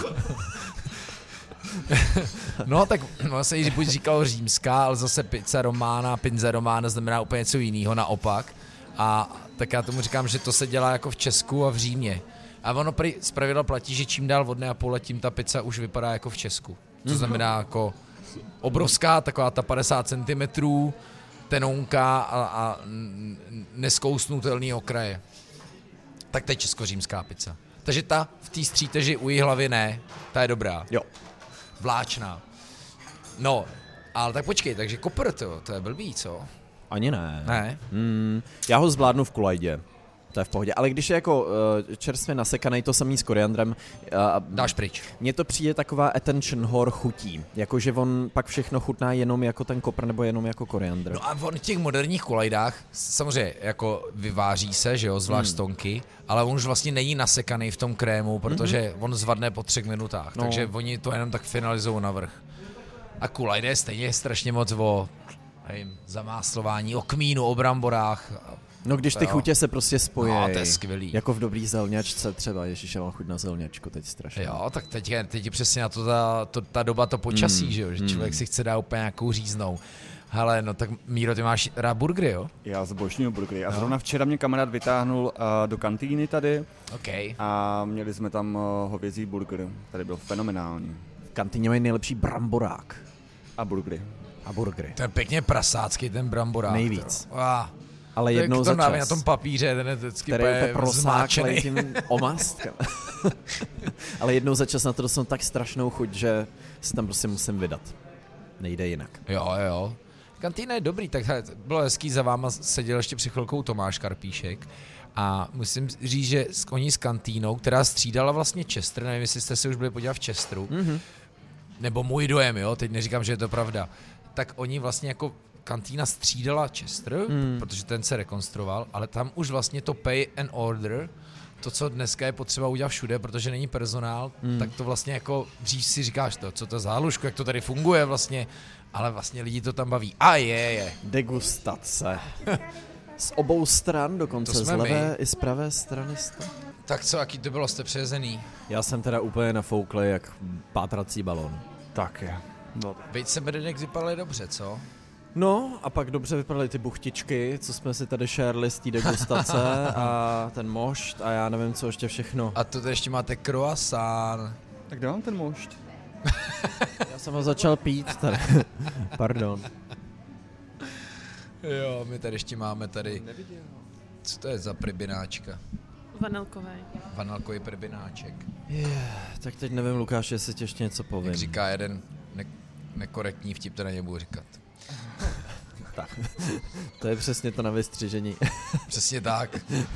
No, tak no, se jí buď říkalo římská, ale zase pizza romána, pinze romána znamená úplně něco jiného, naopak. A tak já tomu říkám, že to se dělá jako v Česku a v Římě. A ono prý zpravidla platí, že čím dál od Neapole, tím ta pizza už vypadá jako v Česku. To znamená jako obrovská, taková ta padesát centimetrů, tenonka a, a neskousnutelný okraje. Tak to je česko-římská pizza. Takže ta v té stříteži u hlavy ne, ta je dobrá. Jo. Vláčná. No, ale tak počkej, takže kopr, to, to je blbý, co? Ani ne. Ne? Mm, já ho zvládnu v kulajdě. To je v pohodě. Ale když je jako uh, čerstvě nasekaný, to samý s koriandrem. Uh, Dáš pryč. Mně to přijde taková attention whore chutí. Jakože on pak všechno chutná jenom jako ten kopr nebo jenom jako koriandr. No a on v těch moderních kolajdách, samozřejmě jako vyváří se, že jo, zvlášť Hmm. stonky, ale on už vlastně není nasekaný v tom krému, protože mm-hmm. on zvadne po třech minutách, No. takže oni to jenom tak finalizují navrch. A kulajda je stejně strašně moc o nevím, zamáslování, o kmínu, o bramborách. No když ty Jo. chutě se prostě spojí. No, to je skvělý. Jako v dobrý zelňačce třeba. Ježiš, já mám chuť na zelňačku teď strašně. Jo, tak teď je, teď je přesně na to ta, to, ta doba, to počasí, Mm, že jo, že mm. člověk si chce dát úplně nějakou říznou. Hele, no tak Míro, ty máš rád burgery, jo? Já zbožňuju burgery. A zrovna včera mě kamarád vytáhnul uh, do kantýny tady OK. a měli jsme tam uh, hovězí burger. Tady byl fenomenální. V kantýně mají nejlepší bramborák. A burgery. A burgery. To je pěkně prasácký ten bramborák. Nejvíc. To. Ah, Ale to je- jednou to za dáme čas. na tom papíře, ten je vždycky Který je úplně úplně prosáklej zmáčený. tím omastkem. Ale jednou za čas na to dostanu tak strašnou chuť, že se tam prostě musím vydat. Nejde jinak. Jo, jo. Kantýna je dobrý, tak hele, bylo hezký, za váma seděl ještě před chvilkou Tomáš Karpíšek a musím říct, že s- oni s kantýnou, která střídala vlastně Chester, nevím, jestli jste se už byli podívat v Chesteru, Mhm. nebo můj dojem, jo, teď neříkám, že je to pravda, tak oni vlastně jako kantýna střídala Chester, Mm. protože ten se rekonstruoval, ale tam už vlastně to pay and order, to, co dneska je potřeba udělat všude, protože není personál, Mm. tak to vlastně jako dřív si říkáš to, co to za zálužku, jak to tady funguje vlastně, ale vlastně lidi to tam baví. A je, je. Degustace. Z obou stran dokonce, To z jsme levé my. i z pravé strany. Sta- Tak co, jaký to bylo, jste přejezený? Já jsem teda úplně nafouklý jak pátrací balon. Tak je. No, Vejce Benedikt vypadaly dobře, co? No a pak dobře vypadaly ty buchtičky, co jsme si tady šerli z té degustace a ten mošt a já nevím, co ještě všechno. A to ještě máte croissant. tak kde mám ten mošt? Já jsem ho začal pít tady. Pardon. Jo, my tady ještě máme tady, co to je za pribináčka? Vanilkový. Vanilkový pribináček. Yeah, tak teď nevím, Lukáš, jestli ti ještě něco povím. Jak říká jeden ne- nekorektní vtip, to na něj budu říkat. Tak. To je přesně to na vystřižení. Přesně tak.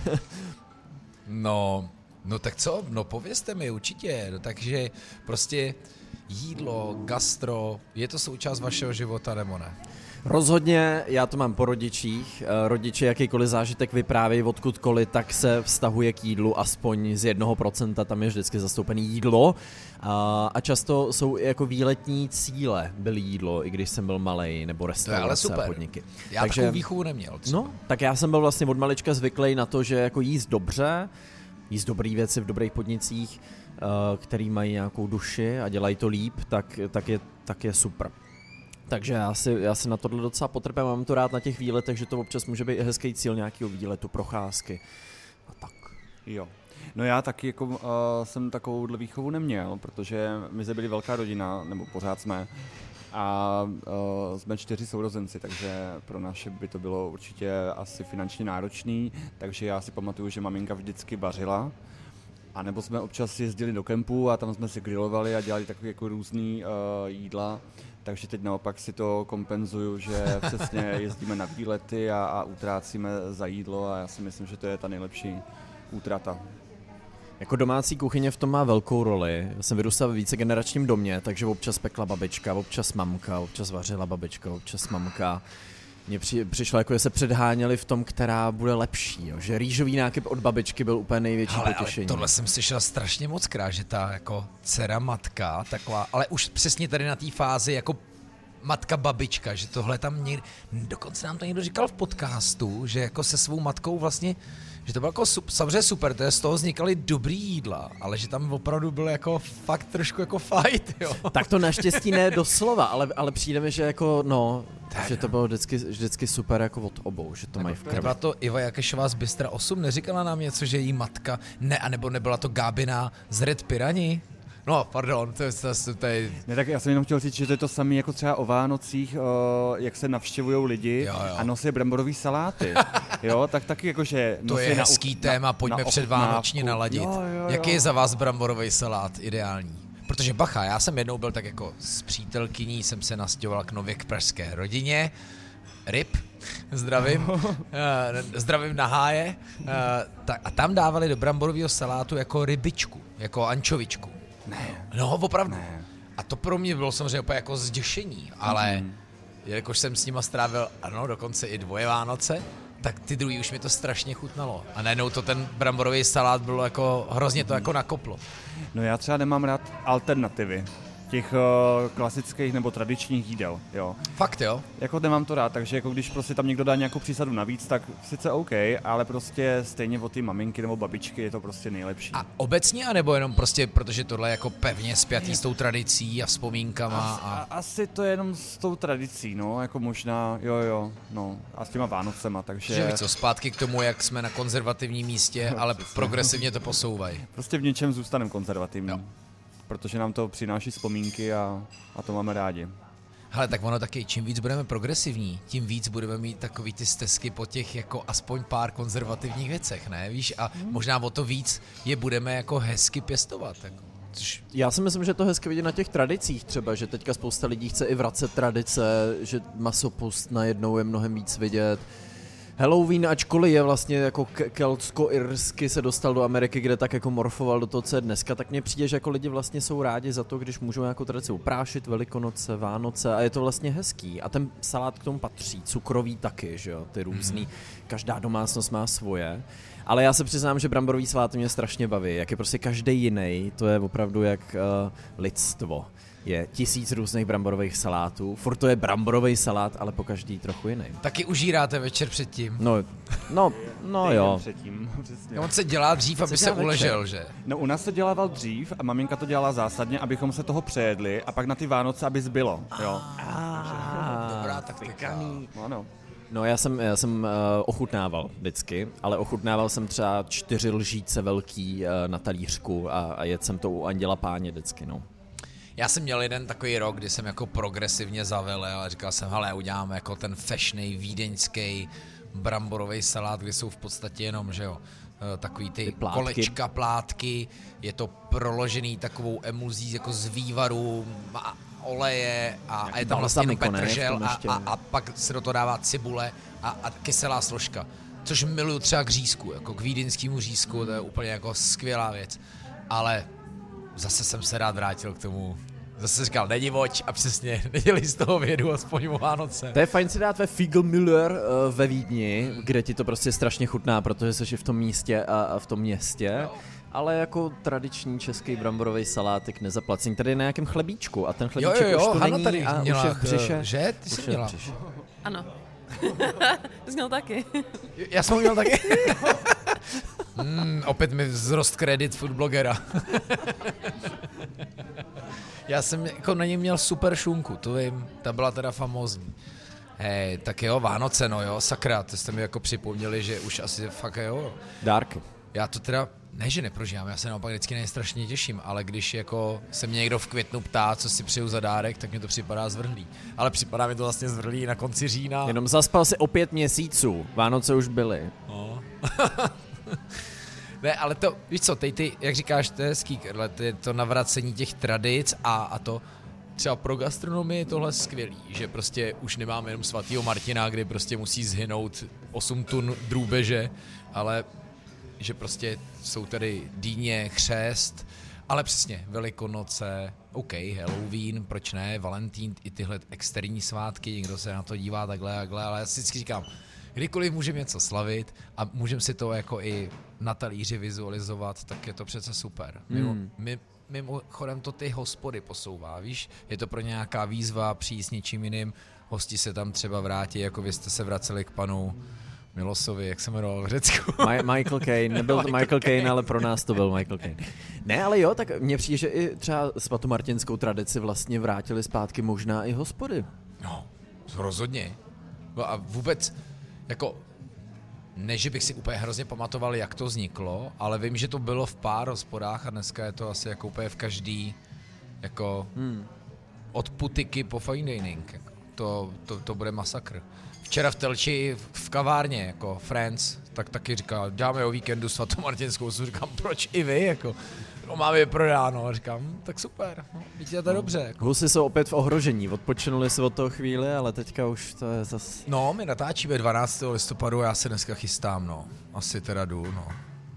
No, no tak co? No povězte mi určitě. No, takže prostě jídlo, gastro, je to součást vašeho života nebo ne? Rozhodně, já to mám po rodičích. Rodiče jakýkoliv zážitek vyprávějí odkudkoliv, tak se vztahuje k jídlu, aspoň z jednoho procenta, tam je vždycky zastoupené jídlo. A, a často jsou i jako výletní cíle byly jídlo, i když jsem byl malej, nebo restaurace a podniky. Já Takže, takovou výchovu neměl. Třeba. No, tak já jsem byl vlastně od malička zvyklý na to, že jako jíst dobře, jíst dobrý věci v dobrých podnicích, který mají nějakou duši a dělají to líp, tak, tak, je, tak je super. Takže já si, já si na tohle docela potrpím, mám to rád na těch výletech, že to občas může být i hezký cíl nějakého výletu, procházky a tak. Jo. No já taky jako, uh, jsem takovouhle výchovu neměl, protože my jsme byli velká rodina, nebo pořád jsme, a uh, jsme čtyři sourozenci, takže pro naše by to bylo určitě asi finančně náročný, takže já si pamatuju, že maminka vždycky vařila, a nebo jsme občas jezdili do kempu a tam jsme si grilovali a dělali takové jako různý uh, jídla. Takže teď naopak si to kompenzuju, že přesně jezdíme na výlety a, a utrácíme za jídlo a já si myslím, že to je ta nejlepší útrata. Jako domácí kuchyně v tom má velkou roli. Já jsem vyrůstal ve vícegeneračním domě, takže občas pekla babička, občas mamka, občas vařila babička, občas mamka. Mně při, přišlo, jako že se předháněli v tom, která bude lepší. Jo? Že rýžový nákyp od babičky byl úplně největší ale, potěšení. Ale tohle jsem slyšel strašně moc krát, že ta jako dcera matka taková, ale už přesně tady na té fázi jako matka babička, že tohle tam někdy, dokonce nám to někdo říkal v podcastu, že jako se svou matkou vlastně, že to bylo jako super, samozřejmě super, to je z toho vznikaly dobrý jídla, ale že tam opravdu byl jako fakt trošku jako fight, jo. Tak to naštěstí ne doslova, ale, ale přijde mi, že jako no, tak, že to bylo vždycky, vždycky super jako od obou, že to mají v krvi. Nebyla to Iva Jakešová z Bystra osm, neříkala nám něco, že její matka, ne, anebo nebyla to Gábina z Red Pirani? No, pardon, to je, to, to je... Ne, tak já jsem jenom chtěl říct, že to je to samé jako třeba o Vánocích, o, jak se navštěvují lidi jo, jo. a nosí bramborový saláty. Jo, tak taky jakože... To je hezký na, téma, pojďme na předvánočně naladit. Jo, jo, jo. Jaký je za vás bramborový salát ideální? Protože bacha, já jsem jednou byl tak jako s přítelkyní, jsem se nastěhoval k nově k pražské rodině. Rip, zdravím, uh, zdravím na háje. Uh, ta, a tam dávali do bramborového salátu jako rybičku, jako ančovičku. Ne. No, opravdu. Ne. A to pro mě bylo samozřejmě úplně jako zděšení, ale mm. jelikož jsem s nima strávil, ano, dokonce i dvoje Vánoce, tak ty druhý už mi to strašně chutnalo. A najednou to ten bramborový salát bylo jako, hrozně to jako nakoplo. No já třeba nemám rád alternativy těch uh, klasických nebo tradičních jídel, jo. Fakt jo? Jako nemám to rád, takže jako když prostě tam někdo dá nějakou přísadu navíc, tak sice OK, ale prostě stejně od ty maminky nebo babičky je to prostě nejlepší. A obecně, anebo jenom prostě, protože tohle je jako pevně spjatý s tou tradicí a vzpomínkama? As, a... a, asi to je jenom s tou tradicí, no, jako možná, jo jo, no, a s těma Vánocema, takže... Že víc co, zpátky k tomu, jak jsme na konzervativním místě, ale progresivně to posouvají. Prostě v něčem zůstaneme konzervativní. Jo. Protože nám to přináší vzpomínky a, a to máme rádi. Hele, tak ono taky, čím víc budeme progresivní, tím víc budeme mít takový ty stezky po těch jako aspoň pár konzervativních věcech, ne? Víš, a možná o to víc je budeme jako hezky pěstovat. Jako. Což... Já si myslím, že to hezky vidět na těch tradicích třeba, že teďka spousta lidí chce i vracet tradice, že masopust najednou je mnohem víc vidět. Halloween, ačkoliv je vlastně jako keltsko-irsky se dostal do Ameriky, kde tak jako morfoval do toho, co je dneska, tak mně přijde, že jako lidi vlastně jsou rádi za to, když můžou nějakou tradici uprášit, Velikonoce, Vánoce a je to vlastně hezký. A ten salát k tomu patří, cukrový taky, že jo, ty různý, mm. každá domácnost má svoje. Ale já se přiznám, že bramborový salát mě strašně baví, jak je prostě každý jiný, to je opravdu jak uh, lidstvo. Je tisíc různých bramborových salátů, furt to je bramborový salát, ale po každý trochu jiný. Taky užíráte večer předtím? No, no, no jo. Předtím, přesně. On se dělá dřív, aby se uležel, večer. Že? No u nás se dělával dřív a maminka to dělala zásadně, abychom se toho přejedli a pak na ty Vánoce, aby zbylo, jo. Dobrá taktika. Ano. No já jsem, já jsem uh, ochutnával vždycky, ale ochutnával jsem třeba čtyři lžíce velký uh, na talířku a, a jedl jsem to u Anděla Páně vždycky, no. Já jsem měl jeden takový rok, kdy jsem jako progresivně zavelel a říkal jsem, hele, uděláme jako ten fešnej vídeňský bramborový salát, kde jsou v podstatě jenom, že jo, takový ty, ty plátky. kolečka, plátky, je to proložený takovou emulzí jako z vývaru, oleje a, a je tam vlastně jenom petržel a, a, a pak se do toho dává cibule a, a kyselá složka, což miluju třeba k řízku, jako k vídeňskému řízku, to je úplně jako skvělá věc, ale zase jsem se rád vrátil k tomu Zase říkal, není voč a přesně, neděli z toho vědu aspoň o Vánoce. To je fajn si dát ve Fiegelmüller uh, ve Vídni, kde ti to prostě strašně chutná, protože jsi v tom místě a, a v tom městě. No. Ale jako tradiční český bramborový salátek nezaplacení. Tady je na nějakém chlebíčku a ten chlebíček jo, jo, jo, už tu Hana není tady a měla, už je v břiše. Že? Ty jsi měla. Ano. Zněl taky. Já jsem ho měl taky. mm, opět mi vzrost kredit foodblogera. Já jsem jako na něm měl super šunku, to vím, ta byla teda famózní. Hej, tak jo, Vánoce, no jo, sakra, to jste mi jako připomněli, že už asi fakt jo. Dárky. Já to teda, ne že neprožívám, já se naopak vždycky nejstrašně těším, ale když jako se mě někdo v květnu ptá, co si přeju za dárek, tak mi to připadá zvrhlý. Ale připadá mi to vlastně zvrhlý na konci října. Jenom zaspal si o pět měsíců, Vánoce už byly. No. Ne, ale to, víš co, teď ty, jak říkáš, to je hezký, Karle, to je to navracení těch tradic a, a to, třeba pro gastronomii je tohle skvělý, že prostě už nemáme jenom svatýho Martina, kdy prostě musí zhynout osm tun drůbeže, ale že prostě jsou tady dýně, chřest, ale přesně Velikonoce, OK, Halloween, proč ne, Valentín, i tyhle externí svátky, někdo se na to dívá takhle, takhle, ale já si vždycky říkám, kdykoliv můžeme něco slavit a můžeme si to jako i na talíři vizualizovat, tak je to přece super. Mimo, Mm. my, mimochodem to ty hospody posouvá, víš? Je to pro nějaká výzva přijít s něčím jiným, hosti se tam třeba vrátí, jako vy jste se vraceli k panu Milosovi, jak se jmenoval v Řecku. My, Michael Caine, nebyl to Michael Caine, ale pro nás to byl Michael Caine. Ne, ale jo, tak mně přijde, že i třeba svatomartinskou tradici vlastně vrátili zpátky možná i hospody. No, rozhodně. No a vůbec, jako, ne, že bych si úplně hrozně pamatoval, jak to vzniklo, ale vím, že to bylo v pár hospodách a dneska je to asi jako úplně v každý, jako, hmm. od putiky po fine dining. Jako, to, to, to bude masakr. Včera v Telči v kavárně, jako Friends, tak taky říkal, dáme o víkendu svatomartinskou, říkám, proč i vy, jako, no máme je prodáno, a říkám, tak super, no, vidíte to dobře. Jako. Husy jsou opět v ohrožení, odpočinuli se od toho chvíli, ale teďka už to je zase... No, my natáčíme dvanáctého listopadu, já se dneska chystám, no, asi teda jdu, no.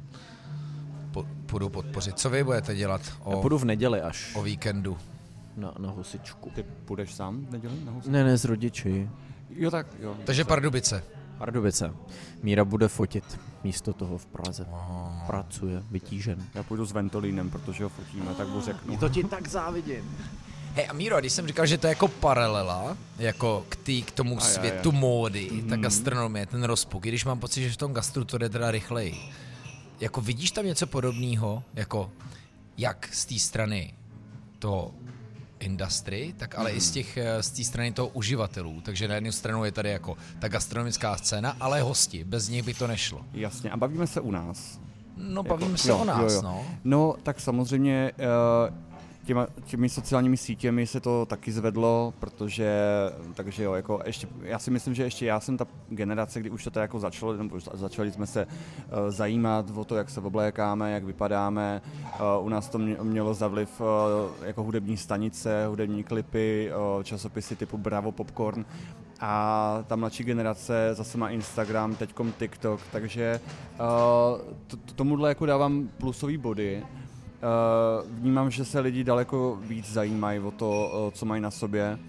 Po, půjdu podpořit. Co vy budete dělat o, Já půjdu v neděli až o víkendu? na, na husičku. Ty půjdeš sám v neděli na husy? Ne, ne, s rodiči. Jo, tak jo. Takže Pardubice. Pardubice. Míra bude fotit místo toho v Praze. Oh. Pracuje, vytížen. Já půjdu s Ventolínem, protože ho fotíme, tak mu řeknu. To ti tak závidím. Hej, a Míro, když jsem říkal, že to je jako paralela, jako k, tý, k tomu a světu je, je. módy, Mm. ta gastronomie, ten rozpuk, i když mám pocit, že v tom gastru to jde teda rychleji. Jako vidíš tam něco podobného, jako jak z té strany toho industry, tak ale mm. i z těch, z té strany toho uživatelů. Takže na jednu stranu je tady jako ta gastronomická scéna, ale hosti, bez nich by to nešlo. Jasně, a bavíme se u nás. No, bavíme Jako, se jo, o nás, jo, jo. no. No, tak samozřejmě uh, těma, těmi sociálními sítěmi se to taky zvedlo, protože, takže jo, jako ještě, já si myslím, že ještě já jsem ta generace, kdy už to jako začalo, nebo začali jsme se uh, zajímat o to, jak se oblékáme, jak vypadáme. Uh, u nás to mělo za vliv uh, jako hudební stanice, hudební klipy, uh, časopisy typu Bravo, Popcorn. A ta mladší generace zase má Instagram, teďkom TikTok, takže uh, to, tomuhle jako dávám plusový body. Uh, vnímám, že se lidi daleko víc zajímají o to, uh, co mají na sobě.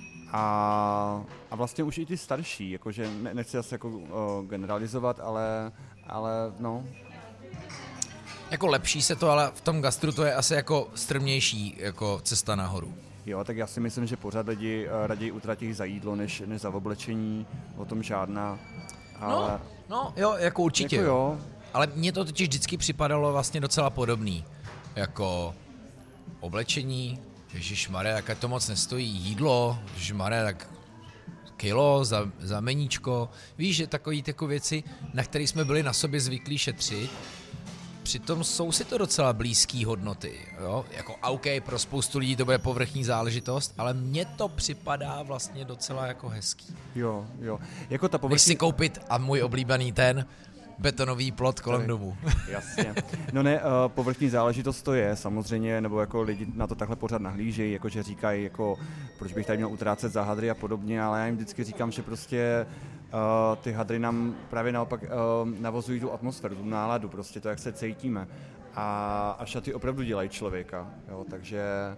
A, a vlastně už i ty starší, jakože ne, nechci zase jako uh, generalizovat, ale, ale no. Jako lepší se to, ale v tom gastru to je asi jako strmější jako cesta nahoru. Jo, tak já si myslím, že pořád lidi uh, raději utratí za jídlo, než, než za oblečení, o tom žádná. Ale, No, no, jo, jako určitě. Jako jo. Ale mně to totiž vždycky připadalo vlastně docela podobný. Jako oblečení, ježišmarja, jak to moc nestojí, jídlo, ježišmarja, tak kilo za, za meníčko. Víš, že takový takové věci, na které jsme byli na sobě zvyklí šetřit, přitom jsou si to docela blízký hodnoty. Jo? Jako OK, pro spoustu lidí to bude povrchní záležitost, ale mně to připadá vlastně docela jako hezký. Jo, jo. Jako ta Než povrchní... si koupit, a můj oblíbený ten, betonový plot kolem Tady. domu. Jasně. No ne, uh, povrchní záležitost to je samozřejmě, nebo jako lidi na to takhle pořád nahlížejí, jakože říkají, jako, proč bych tady měl utrácet za hadry a podobně, ale já jim vždycky říkám, že prostě uh, ty hadry nám právě naopak uh, navozují tu atmosféru, tu náladu, prostě to, jak se cítíme. A, a šaty opravdu dělají člověka, jo, takže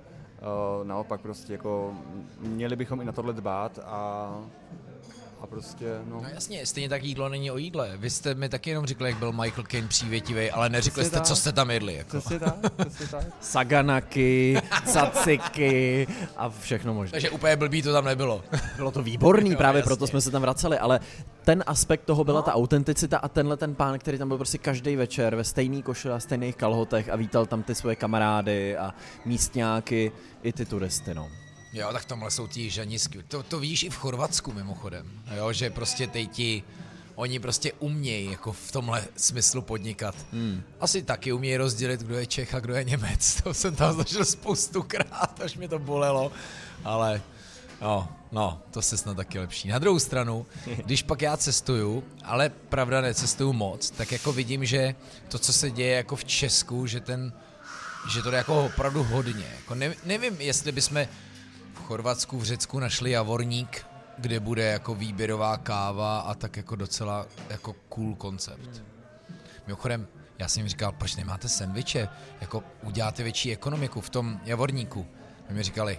Uh, naopak prostě jako měli bychom i na tohle dbát a a prostě, no. No jasně, stejně tak jídlo není o jídle. Vy jste mi taky jenom řekli, jak byl Michael Caine přívětivý, ale neřekli Přesně jste, tak. co jste tam jedli. Jako. Přesně tak, přesně tak. Saganaky, caciky a všechno možné. Takže úplně blbý to tam nebylo. Bylo to výborný, Jo, právě jasně. proto jsme se tam vraceli, ale ten aspekt toho byla ta autenticita a tenhle ten pán, který tam byl prostě každý večer ve stejný košile a stejných kalhotech a vítal tam ty svoje kamarády a místňáky i ty turisty, no. Jo, tak tomhle jsou ti žanisky. To, to víš i v Chorvatsku mimochodem, jo, že prostě teď ti, oni prostě umějí jako v tomhle smyslu podnikat. Hmm. Asi taky umějí rozdělit, kdo je Čech a kdo je Němec. To jsem tam zažil spoustukrát, až mě to bolelo, ale no, no, to se snad taky lepší. Na druhou stranu, když pak já cestuju, ale pravda necestuju moc, tak jako vidím, že to, co se děje jako v Česku, že ten, že to je jako opravdu hodně. Jako ne, nevím, jestli bychom v Chorvatsku, v Řecku našli Javorník, kde bude jako výběrová káva a tak jako docela jako cool koncept. Mimochodem, já jsem jim říkal, proč nemáte sendviče, jako uděláte větší ekonomiku v tom Javorníku. A mi říkali,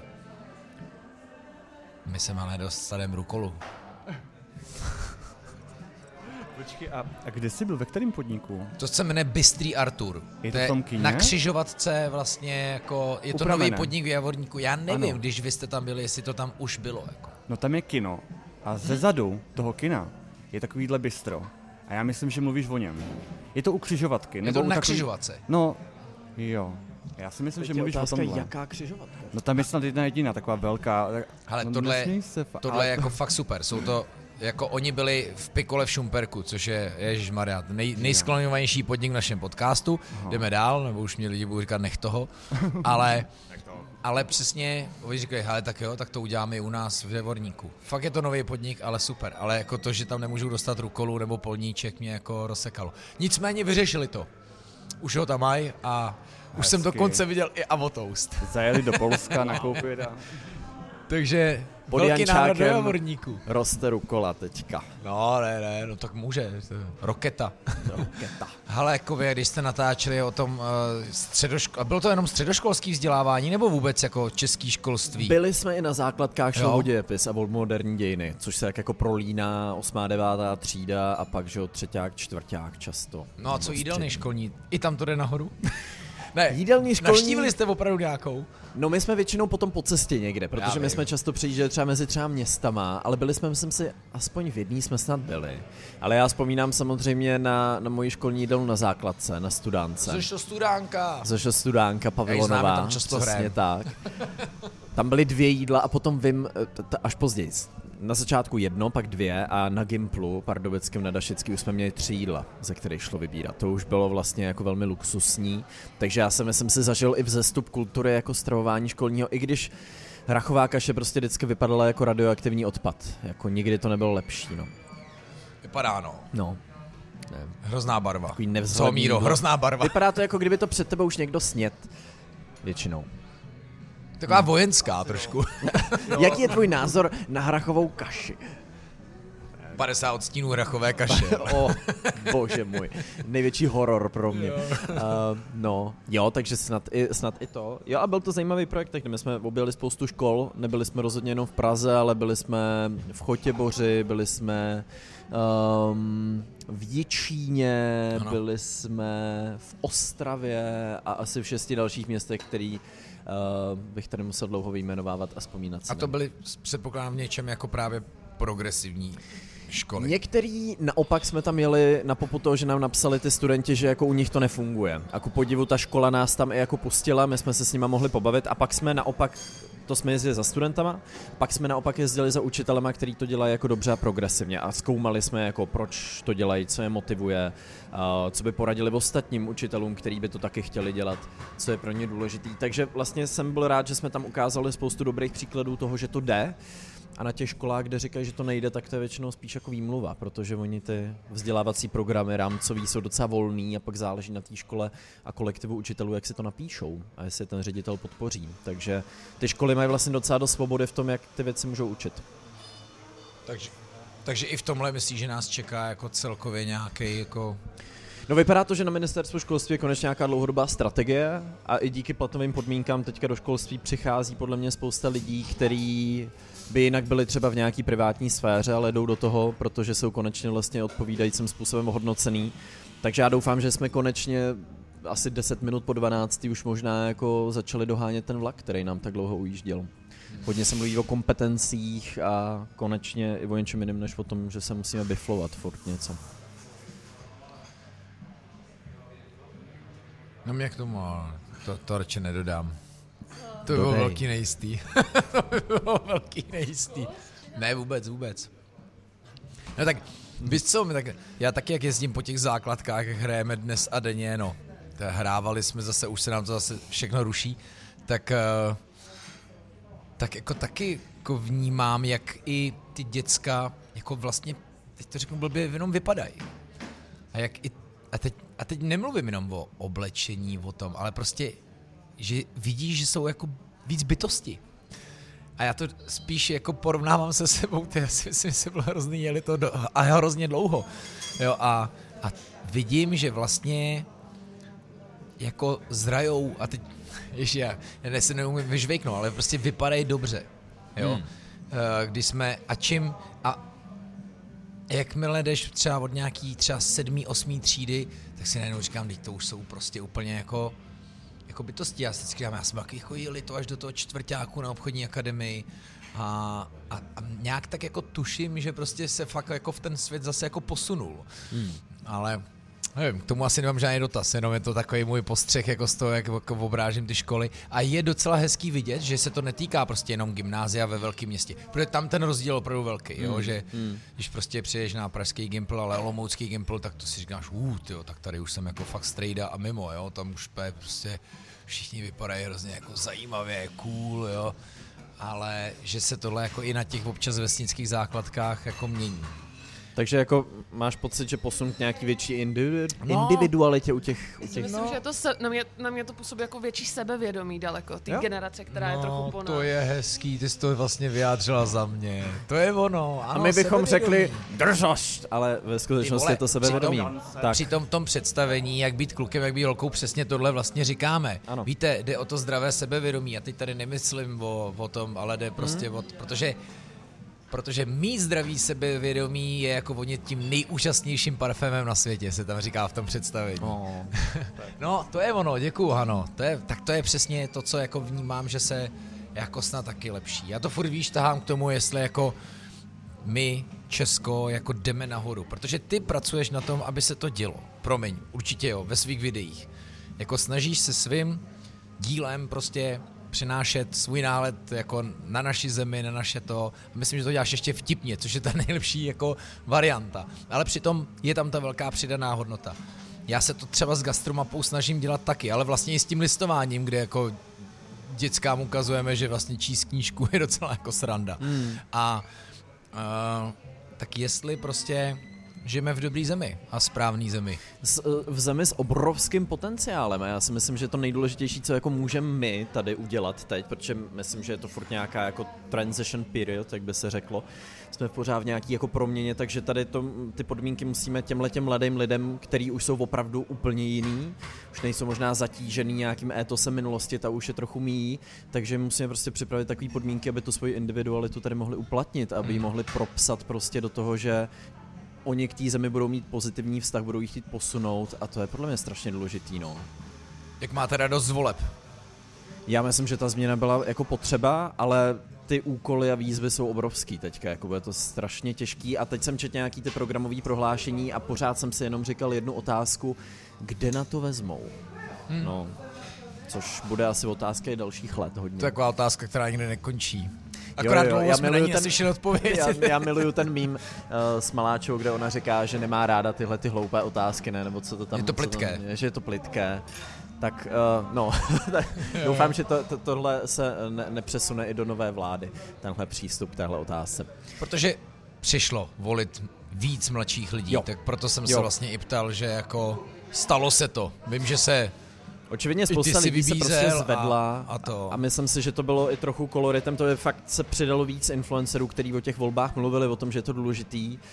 my se máme dostaneme rukolu. Počkej, a, a kde jsi byl, ve kterém podniku? To se jmenuje Bystrý Artur. Je to to je v tom kině? na křižovatce vlastně jako, je to Upravené. nový podnik v Javorníku. Já nevím, Ano. když vy jste tam byli, jestli to tam už bylo. Jako. No tam je kino a ze zadu toho kina je takovýhle bistro. A já myslím, že mluvíš o něm. Je to u křižovatky. Je nebo to u na takový... křižovatce. No, jo. Já si myslím, že Teď je mluvíš o otázka, tomhle. jaká křižovatka? No tam je snad jedna jediná, taková velká. Ale no, tohle, nesmí se fa- tohle ale- je jako fakt super. Jsou to, jako oni byli v Pikole v Šumperku, což je, ježišmarja, nej, nejskloňovanější podnik v našem podcastu. Aha. Jdeme dál, nebo už mě lidi budou říkat nech toho. Ale, ale přesně, oni říkají, hele tak jo, tak to uděláme i u nás v Javorníku. Fakt je to nový podnik, ale super. Ale jako to, že tam nemůžu dostat rukolu nebo polníček, mě jako rozsekalo. Nicméně vyřešili to. Už ho tam mají a už Hezky. jsem dokonce viděl i avotoast. Zajeli do Polska nakoupit a... Takže Pod velký návrat do Jančákem Javorníku. roste rukola teďka. No, ne, ne, no tak může. Roketa. Roketa. Hele, jako vy, když jste natáčeli o tom uh, středoško... Bylo to jenom středoškolské vzdělávání, nebo vůbec jako český školství? Byli jsme i na základkách Jo. šlo o dějepis a o moderní dějiny, což se tak jako prolíná osmá, devátá třída a pak, že jo, třeťák, čtvrťák často. No a co Nebo jídelný střední. školní? I tam to jde nahoru? Ne, Jídelný školní... navštívili jste opravdu nějakou? No my jsme většinou potom po cestě někde, protože Já my vím. jsme často přijížděli třeba mezi třeba městama, ale byli jsme, myslím si, aspoň v jedný jsme snad byli. Ale já vzpomínám samozřejmě na, na moji školní jídelnu na základce, na Studánce. Což to studánka. Což je Studánka Pavilonová, známe, tam často přesně hrajem. tak. Tam byly dvě jídla a potom vím, t- t- až později. Na začátku jedno, pak dvě a na Gimplu, Pardubickém na Dašický, už jsme měli tři jídla, ze kterých šlo vybírat. To už bylo vlastně jako velmi luxusní, takže já jsem, jsem si zažil i vzestup kultury jako stravování školního, i když hrachová kaše prostě vždycky vypadala jako radioaktivní odpad. Jako nikdy to nebylo lepší, no. Vypadá, no. No. Hrozná barva. Takový nevzhledný Co, Míro, jídlo. hrozná barva. Vypadá to jako kdyby to před tebou už někdo snět. Většinou. Taková vojenská trošku. Jaký je tvůj názor na hrachovou kaši? padesát odstínů hrachové kaše. O, bože můj. Největší horor pro mě. Uh, no, jo, takže snad i, snad i to. Jo, a byl to zajímavý projekt, tak my jsme objeli spoustu škol, nebyli jsme rozhodně jenom v Praze, ale byli jsme v Chotěboři, byli jsme um, v Jičíně, Ano. byli jsme v Ostravě a asi v šesti dalších městech, který uh, bych tady musel dlouho vyjmenovávat a vzpomínat si. A to byly, předpokládám, v něčem jako právě progresivní školy. Některý naopak jsme tam jeli na popud toho, že nám napsali ty studenti, že jako u nich to nefunguje. A ku podivu ta škola nás tam i jako pustila, my jsme se s nima mohli pobavit a pak jsme naopak, to jsme jezdili za studentama, pak jsme naopak jezdili za učitelema, který to dělají jako dobře a progresivně a zkoumali jsme jako proč to dělají, co je motivuje, co by poradili ostatním učitelům, který by to taky chtěli dělat, co je pro ně důležitý. Takže vlastně jsem byl rád, že jsme tam ukázali spoustu dobrých příkladů toho, že to jde. A na těch školách, kde říkají, že to nejde, tak to je většinou spíš jako výmluva, protože oni ty vzdělávací programy rámcový jsou docela volný a pak záleží na té škole a kolektivu učitelů, jak si to napíšou a jestli ten ředitel podpoří. Takže ty školy mají vlastně docela dost svobody v tom, jak ty věci můžou učit. Takže, takže i v tomhle myslíš, že nás čeká jako celkově nějaký jako... No vypadá to, že na ministerstvu školství je konečně nějaká dlouhodobá strategie a i díky platovým podmínkám teďka do školství přichází podle mě spousta lidí, který by jinak byli třeba v nějaký privátní sféře, ale jdou do toho, protože jsou konečně vlastně odpovídajícím způsobem hodnocený. Takže já doufám, že jsme konečně asi deset minut po dvanácté už možná jako začali dohánět ten vlak, který nám tak dlouho ujížděl. Hodně se mluví o kompetencích a konečně i o něčem jiném, než o tom, že se musíme biflovat furt něco. No mě k tomu to, to radši nedodám. To by bylo Dodej. velký nejistý. To by bylo velký nejistý. Ne, vůbec, vůbec. No tak, víš co, my tak, já taky, jak jezdím po těch základkách, jak hrajeme dnes a denně, no, hrávali jsme zase, už se nám to zase všechno ruší, tak, tak jako taky jako vnímám, jak i ty děcka, jako vlastně, teď to řeknu blbě, jenom vypadají. A jak i, a teď, a teď nemluvím jenom o oblečení, o tom, ale prostě, že vidíš, že jsou jako víc bytosti. A já to spíš jako porovnávám se sebou, ty, já si myslím, že se bylo hrozný, jeli to do, a hrozně dlouho. Jo, a, a vidím, že vlastně jako zrajou, a teď, ještě já, já se neumím vyžvejknout, ale prostě vypadají dobře. Jo? Hmm. Když jsme, a čím, a jakmile jdeš třeba od nějaký třeba sedmý, osmý třídy, tak si najednou říkám, teď to už jsou prostě úplně jako jako bytosti. Já si říkám, já jsme taky chodili to až do toho čtvrťáku na obchodní akademii a, a, a nějak tak jako tuším, že prostě se fakt jako v ten svět zase jako posunul. Hmm. Ale nevím, k tomu asi nemám žádný dotaz, jenom je to takový můj postřeh jako z toho, jak jako obrážím ty školy. A je docela hezký vidět, že se to netýká prostě jenom gymnázia ve velkém městě. Protože tam ten rozdíl je opravdu velký, jo? Hmm. Že hmm. když prostě přijdeš na pražský Gimpl, ale olomoucký Gimpl, tak to si říkáš, uh, tyjo, tak tady už jsem jako fakt strejda a mimo, jo? Tam už prostě všichni vypadají hrozně jako zajímavě, cool, jo? Ale že se tohle jako i na těch občas vesnických základkách jako mění. Takže jako máš pocit, že posun k nějaký větší individu- No. individualitě u těch... U těch... Myslím, No. že to se, na, mě, na mě to působí jako větší sebevědomí daleko, té generace, která je trochu po nás. to je hezký, ty jsi to vlastně vyjádřila za mě. To je ono, ano, A my bychom sebevědomí. řekli drzost, ale ve skutečnosti je to sebevědomí. Přitom, Tak. při tom, tom představení, jak být klukem, jak být holkou, přesně tohle vlastně říkáme. Ano. Víte, jde o to zdravé sebevědomí. A teď tady nemyslím o, o tom, ale jde prostě hmm. o to, protože Protože mít zdravý sebevědomí je jako vonět tím nejúžasnějším parfémem na světě, se tam říká v tom představení. Oh. No, to je ono, děkuju, Hano. To je, tak to je přesně to, co jako vnímám, že se jako snad taky lepší. Já to furt víš, tahám k tomu, jestli jako my, Česko, jako jdeme nahoru. Protože ty pracuješ na tom, aby se to dělo. Promiň, určitě jo, ve svých videích. Jako snažíš se svým dílem prostě přinášet svůj náhled jako na naši zemi, na naše to. A myslím, že to děláš ještě vtipně, což je ta nejlepší jako varianta. Ale přitom je tam ta velká přidaná hodnota. Já se to třeba s gastromapou snažím dělat taky, ale vlastně i s tím listováním, kde jako dětskám ukazujeme, že vlastně číst knížku je docela jako sranda. Hmm. A uh, tak jestli prostě žijeme v dobrý zemi a správný zemi. V zemi s obrovským potenciálem a já si myslím, že to nejdůležitější, co jako můžeme my tady udělat teď, protože myslím, že je to furt nějaká jako transition period, jak by se řeklo. Jsme pořád v nějaký jako proměně, takže tady to, ty podmínky musíme těmhletěm mladým lidem, který už jsou opravdu úplně jiný, už nejsou možná zatížený nějakým étosem minulosti, ta už je trochu míjí, takže musíme prostě připravit takové podmínky, aby tu svoji individualitu tady mohli uplatnit, aby ji mohli propsat prostě do toho, že oni k té zemi budou mít pozitivní vztah, budou ji chtít posunout a to je podle mě strašně důležitý, no. Jak máte radost z voleb? Já myslím, že ta změna byla jako potřeba, ale ty úkoly a výzvy jsou obrovský teďka, jako bude to strašně těžký a teď jsem četl nějaký ty programové prohlášení a pořád jsem si jenom říkal jednu otázku, kde na to vezmou, hmm. no, což bude asi otázka i dalších let hodně. To je taková otázka, která nikdy nekončí. Akorát jo, jo, dlouho jsme na ní neslyšeli odpověď. Já, já miluju ten mím uh, s Maláčou, kde ona říká, že nemá ráda tyhle ty hloupé otázky, ne, nebo co to tam... Je to plitké. Tam, že je to plitké. Tak uh, no, doufám, že to, to, tohle se ne, nepřesune i do nové vlády, tenhle přístup k téhle otázce. Protože přišlo volit víc mladších lidí, jo. tak proto jsem jo. se vlastně i ptal, že jako stalo se to. Vím, že se... Očividně spousta lidí se prostě zvedla a, a, to. a myslím si, že to bylo i trochu koloritem, to je fakt se přidalo víc influencerů, kteří o těch volbách mluvili, o tom, že je to důležitý.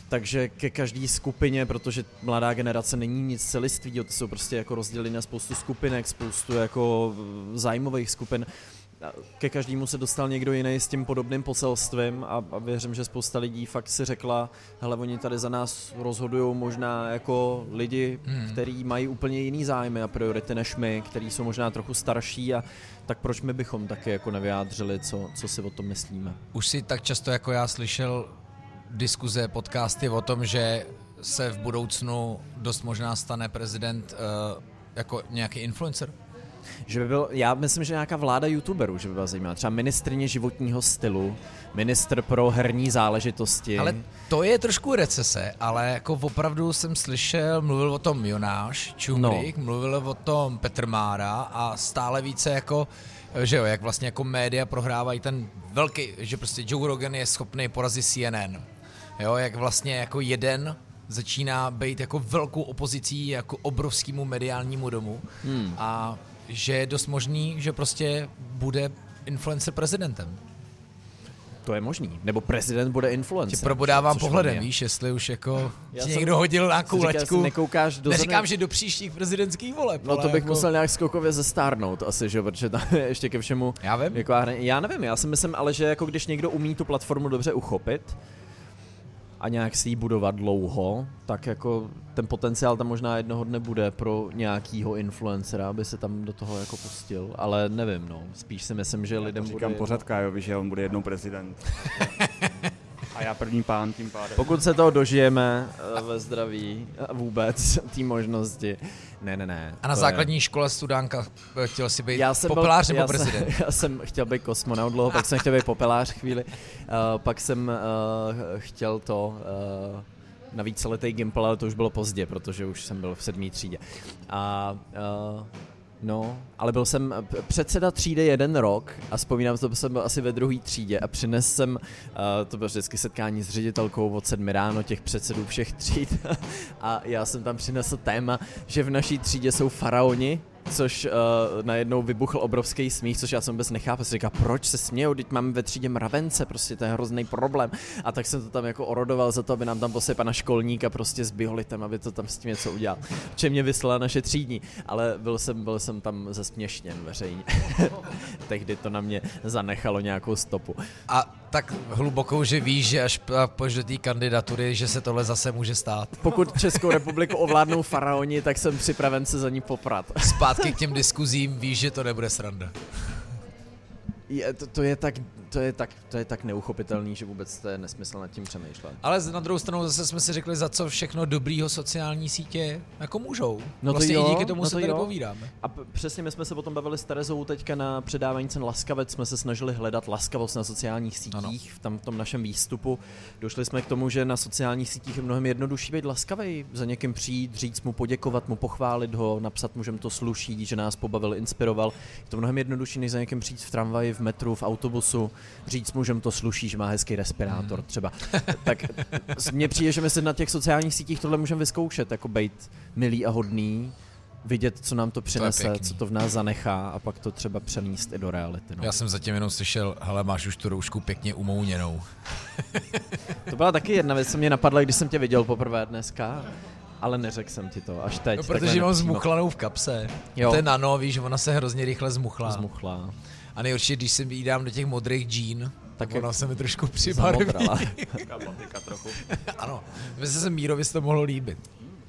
takže ke každé skupině, protože mladá generace není nic celistvýho, to jsou prostě jako rozděleny na spoustu skupinek, spoustu jako zájmových skupin. Ke každému se dostal někdo jiný s tím podobným poselstvím a, a věřím, že spousta lidí fakt si řekla, hele, oni tady za nás rozhodujou možná jako lidi, hmm. kteří mají úplně jiný zájmy a priority než my, kteří jsou možná trochu starší a tak proč my bychom taky jako nevyjádřili, co, co si o tom myslíme. Už si tak často jako já slyšel diskuze, podcasty o tom, že se v budoucnu dost možná stane prezident uh, jako nějaký influencer? Že by byl, já myslím, že nějaká vláda youtuberů, že by byla zajímavá. Třeba ministryně životního stylu, ministr pro herní záležitosti. Ale to je trošku recese, ale jako opravdu jsem slyšel, mluvil o tom Jonáš Čumrik, no. mluvil o tom Petr Mára a stále více jako, že jo, jak vlastně jako média prohrávají ten velký, že prostě Joe Rogan je schopný porazit C N N. Jo, jak vlastně jako jeden začíná být jako velkou opozicí jako obrovskému mediálnímu domu hmm. a že je dost možný, že prostě bude influencer prezidentem. To je možný. Nebo prezident bude influencer. Ti probodávám pohledem, víš, jestli už jako ti jsem, někdo hodil nějakou laťku. Nekoukáš do Neříkám, zrny... že do příštích prezidentských voleb. No to bych jako... musel nějak skokově zestárnout asi, že, protože tam je ještě ke všemu... Já vím. Jako, já nevím, já si myslím, ale že jako když někdo umí tu platformu dobře uchopit a nějak si ji budovat dlouho, tak jako ten potenciál tam možná jednoho dne bude pro nějakýho influencera, aby se tam do toho jako pustil, ale nevím, no, spíš si myslím, že lidem bude... Říkám pořád Kájovi, že on bude jednou prezident. A já první pán tím pádem. Pokud se toho dožijeme ve zdraví vůbec, té možnosti, ne, ne, ne. A na základní je... škole studánka chtěl si být já popelář byl, nebo já prezident? Jsem, já jsem chtěl být kosmonaut dlouho, pak jsem chtěl být popelář chvíli, uh, pak jsem uh, chtěl to... Uh, na víceletý Gimple, ale to už bylo pozdě, protože už jsem byl v sedmý třídě. A uh, no, ale byl jsem předseda třídy jeden rok a vzpomínám, že jsem byl asi ve druhé třídě a přinesl jsem, uh, to bylo vždycky setkání s ředitelkou od sedmi ráno těch předsedů všech tříd a já jsem tam přinesl téma, že v naší třídě jsou faraoni, což uh, najednou vybuchl obrovský smích, což já jsem vůbec nechápal. Jsem říkal, proč se smějou, teď máme ve třídě mravence, prostě to je hrozný problém. A tak jsem to tam jako orodoval za to, aby nám tam poslali pana školníka prostě s biolitem, aby to tam s tím něco udělal. Čem mě vyslala naše třídní, ale byl jsem, byl jsem tam zesměšněn veřejně. Tehdy to na mě zanechalo nějakou stopu. A tak hlubokou, že víš, že až půjdeš do té kandidatury, že se tohle zase může stát. Pokud Českou republiku ovládnou faraoni, tak jsem připraven se za ní poprat. Zpátky k těm diskuzím, víš, že to nebude sranda. Je, to, to, je tak, to, je tak, to je tak neuchopitelný, že vůbec to je nesmysl nad tím přemýšlet. Ale na druhou stranu zase jsme si řekli, za co všechno dobrýho sociální sítě jako můžou. No vlastně jo, i díky tomu no se to tady jo. povídáme. A p- přesně my jsme se potom bavili s Terezou teďka na předávání cen Laskavec, jsme se snažili hledat laskavost na sociálních sítích, ano. v, tam, v tom našem výstupu. Došli jsme k tomu, že na sociálních sítích je mnohem jednodušší být laskavej, za někým přijít, říct mu, poděkovat mu, pochválit ho, napsat mu, že mu to sluší, že nás pobavil, inspiroval. Je to mnohem jednodušší, než za někým přijít v tramvaji, v metru, v autobusu, říct mu, že mu to sluší, že má hezký respirátor třeba. Tak mně přijde, že my se na těch sociálních sítích tohle můžeme vyzkoušet, jako být milý a hodný, vidět, co nám to přinese, to co to v nás zanechá a pak to třeba přenést i do reality. No. Já jsem zatím jenom slyšel, hele, máš už tu roušku pěkně umouněnou. To byla taky jedna věc, co mě napadla, když jsem tě viděl poprvé dneska, ale neřekl jsem ti to až teď. No, protože mám zmuchlanou v kapse. Jo. To je nano, víš, ona se hrozně rychle zmuchlá. Zmuchlá. A nejhorší, když si jí dám do těch modrých džín, tak ona se mi trošku přibarví. trochu. Ano, myslím, že se Mírovi to mohlo líbit.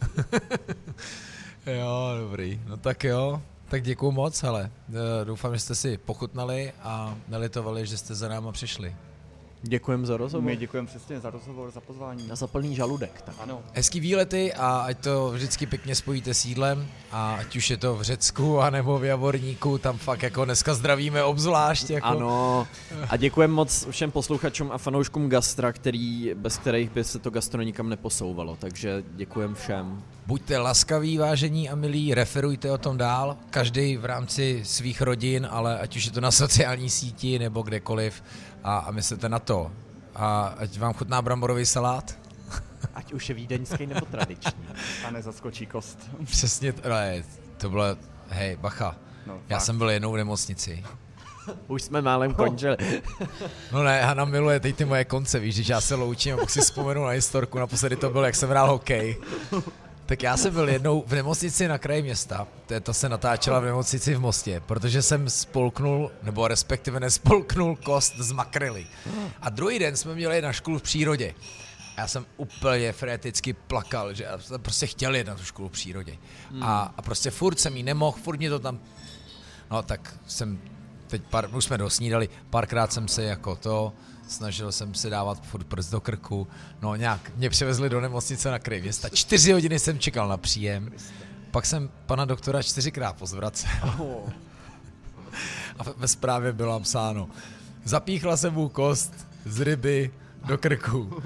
Jo, dobrý. No tak jo, tak děkuju moc, hele. Doufám, že jste si pochutnali a nelitovali, že jste za náma přišli. Děkujem za rozhovor. My děkujeme přesně za rozhovor, za pozvání. Na zaplný žaludek. Tak. Ano. Hezký výlety a ať to vždycky pěkně spojíte s jídlem a ať už je to v Řecku anebo v Javorníku, tam fakt jako dneska zdravíme obzvlášť. Jako. Ano. A děkujeme moc všem posluchačům a fanouškům gastra, který, bez kterých by se to gastro nikam neposouvalo, takže děkujeme všem. Buďte laskaví, vážení a milí, referujte o tom dál, každý v rámci svých rodin, ale ať už je to na sociální síti nebo kdekoliv a, a myslete na to. A ať vám chutná bramborový salát. Ať už je vídeňský nebo tradiční. A nezaskočí kost. Přesně, to, ne, to bylo, hej, bacha, no, já jsem byl jednou v nemocnici Už jsme málem končili. No ne, Hana miluje teď ty moje konce, víš, když já se loučím a pak si vzpomenu na historku, naposledy to bylo, jak jsem hrál hokej. Tak já jsem byl jednou v nemocnici na kraji města, to se natáčela v nemocnici v Mostě, protože jsem spolknul, nebo respektive nespolknul kost z makrely. A druhý den jsme měli na školu v přírodě. A já jsem úplně freticky plakal, že já jsem prostě chtěl jít na tu školu v přírodě. Hmm. A, a prostě furt jsem jí nemohl, furt mě to tam... No tak jsem, teď pár, už jsme dosnídali, párkrát jsem se jako to, snažil jsem se dávat furt prst do krku, no nějak, mě převezli do nemocnice na kraji města, čtyři hodiny jsem čekal na příjem, pak jsem pana doktora čtyřikrát pozvracel. Oh. A ve zprávě bylo napsáno, zapíchla jsem mu kost z ryby do krku.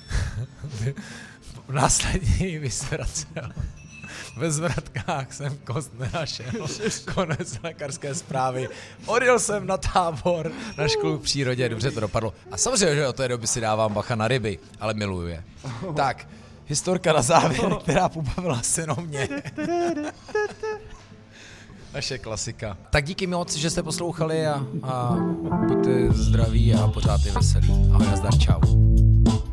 Následně ji vysvracel. Ve zvratkách jsem kost nenašel. Konec lékařské zprávy. Odjel jsem na tábor na školu v přírodě, dobře to dopadlo. A samozřejmě, že od té doby si dávám bacha na ryby, ale miluju je. Tak, historka na závěr, která pobavila se jenom mě. Naše klasika. Tak díky moc, že jste poslouchali a, a buďte zdraví a pořád je veselí. Ahoj, nazdar, čau.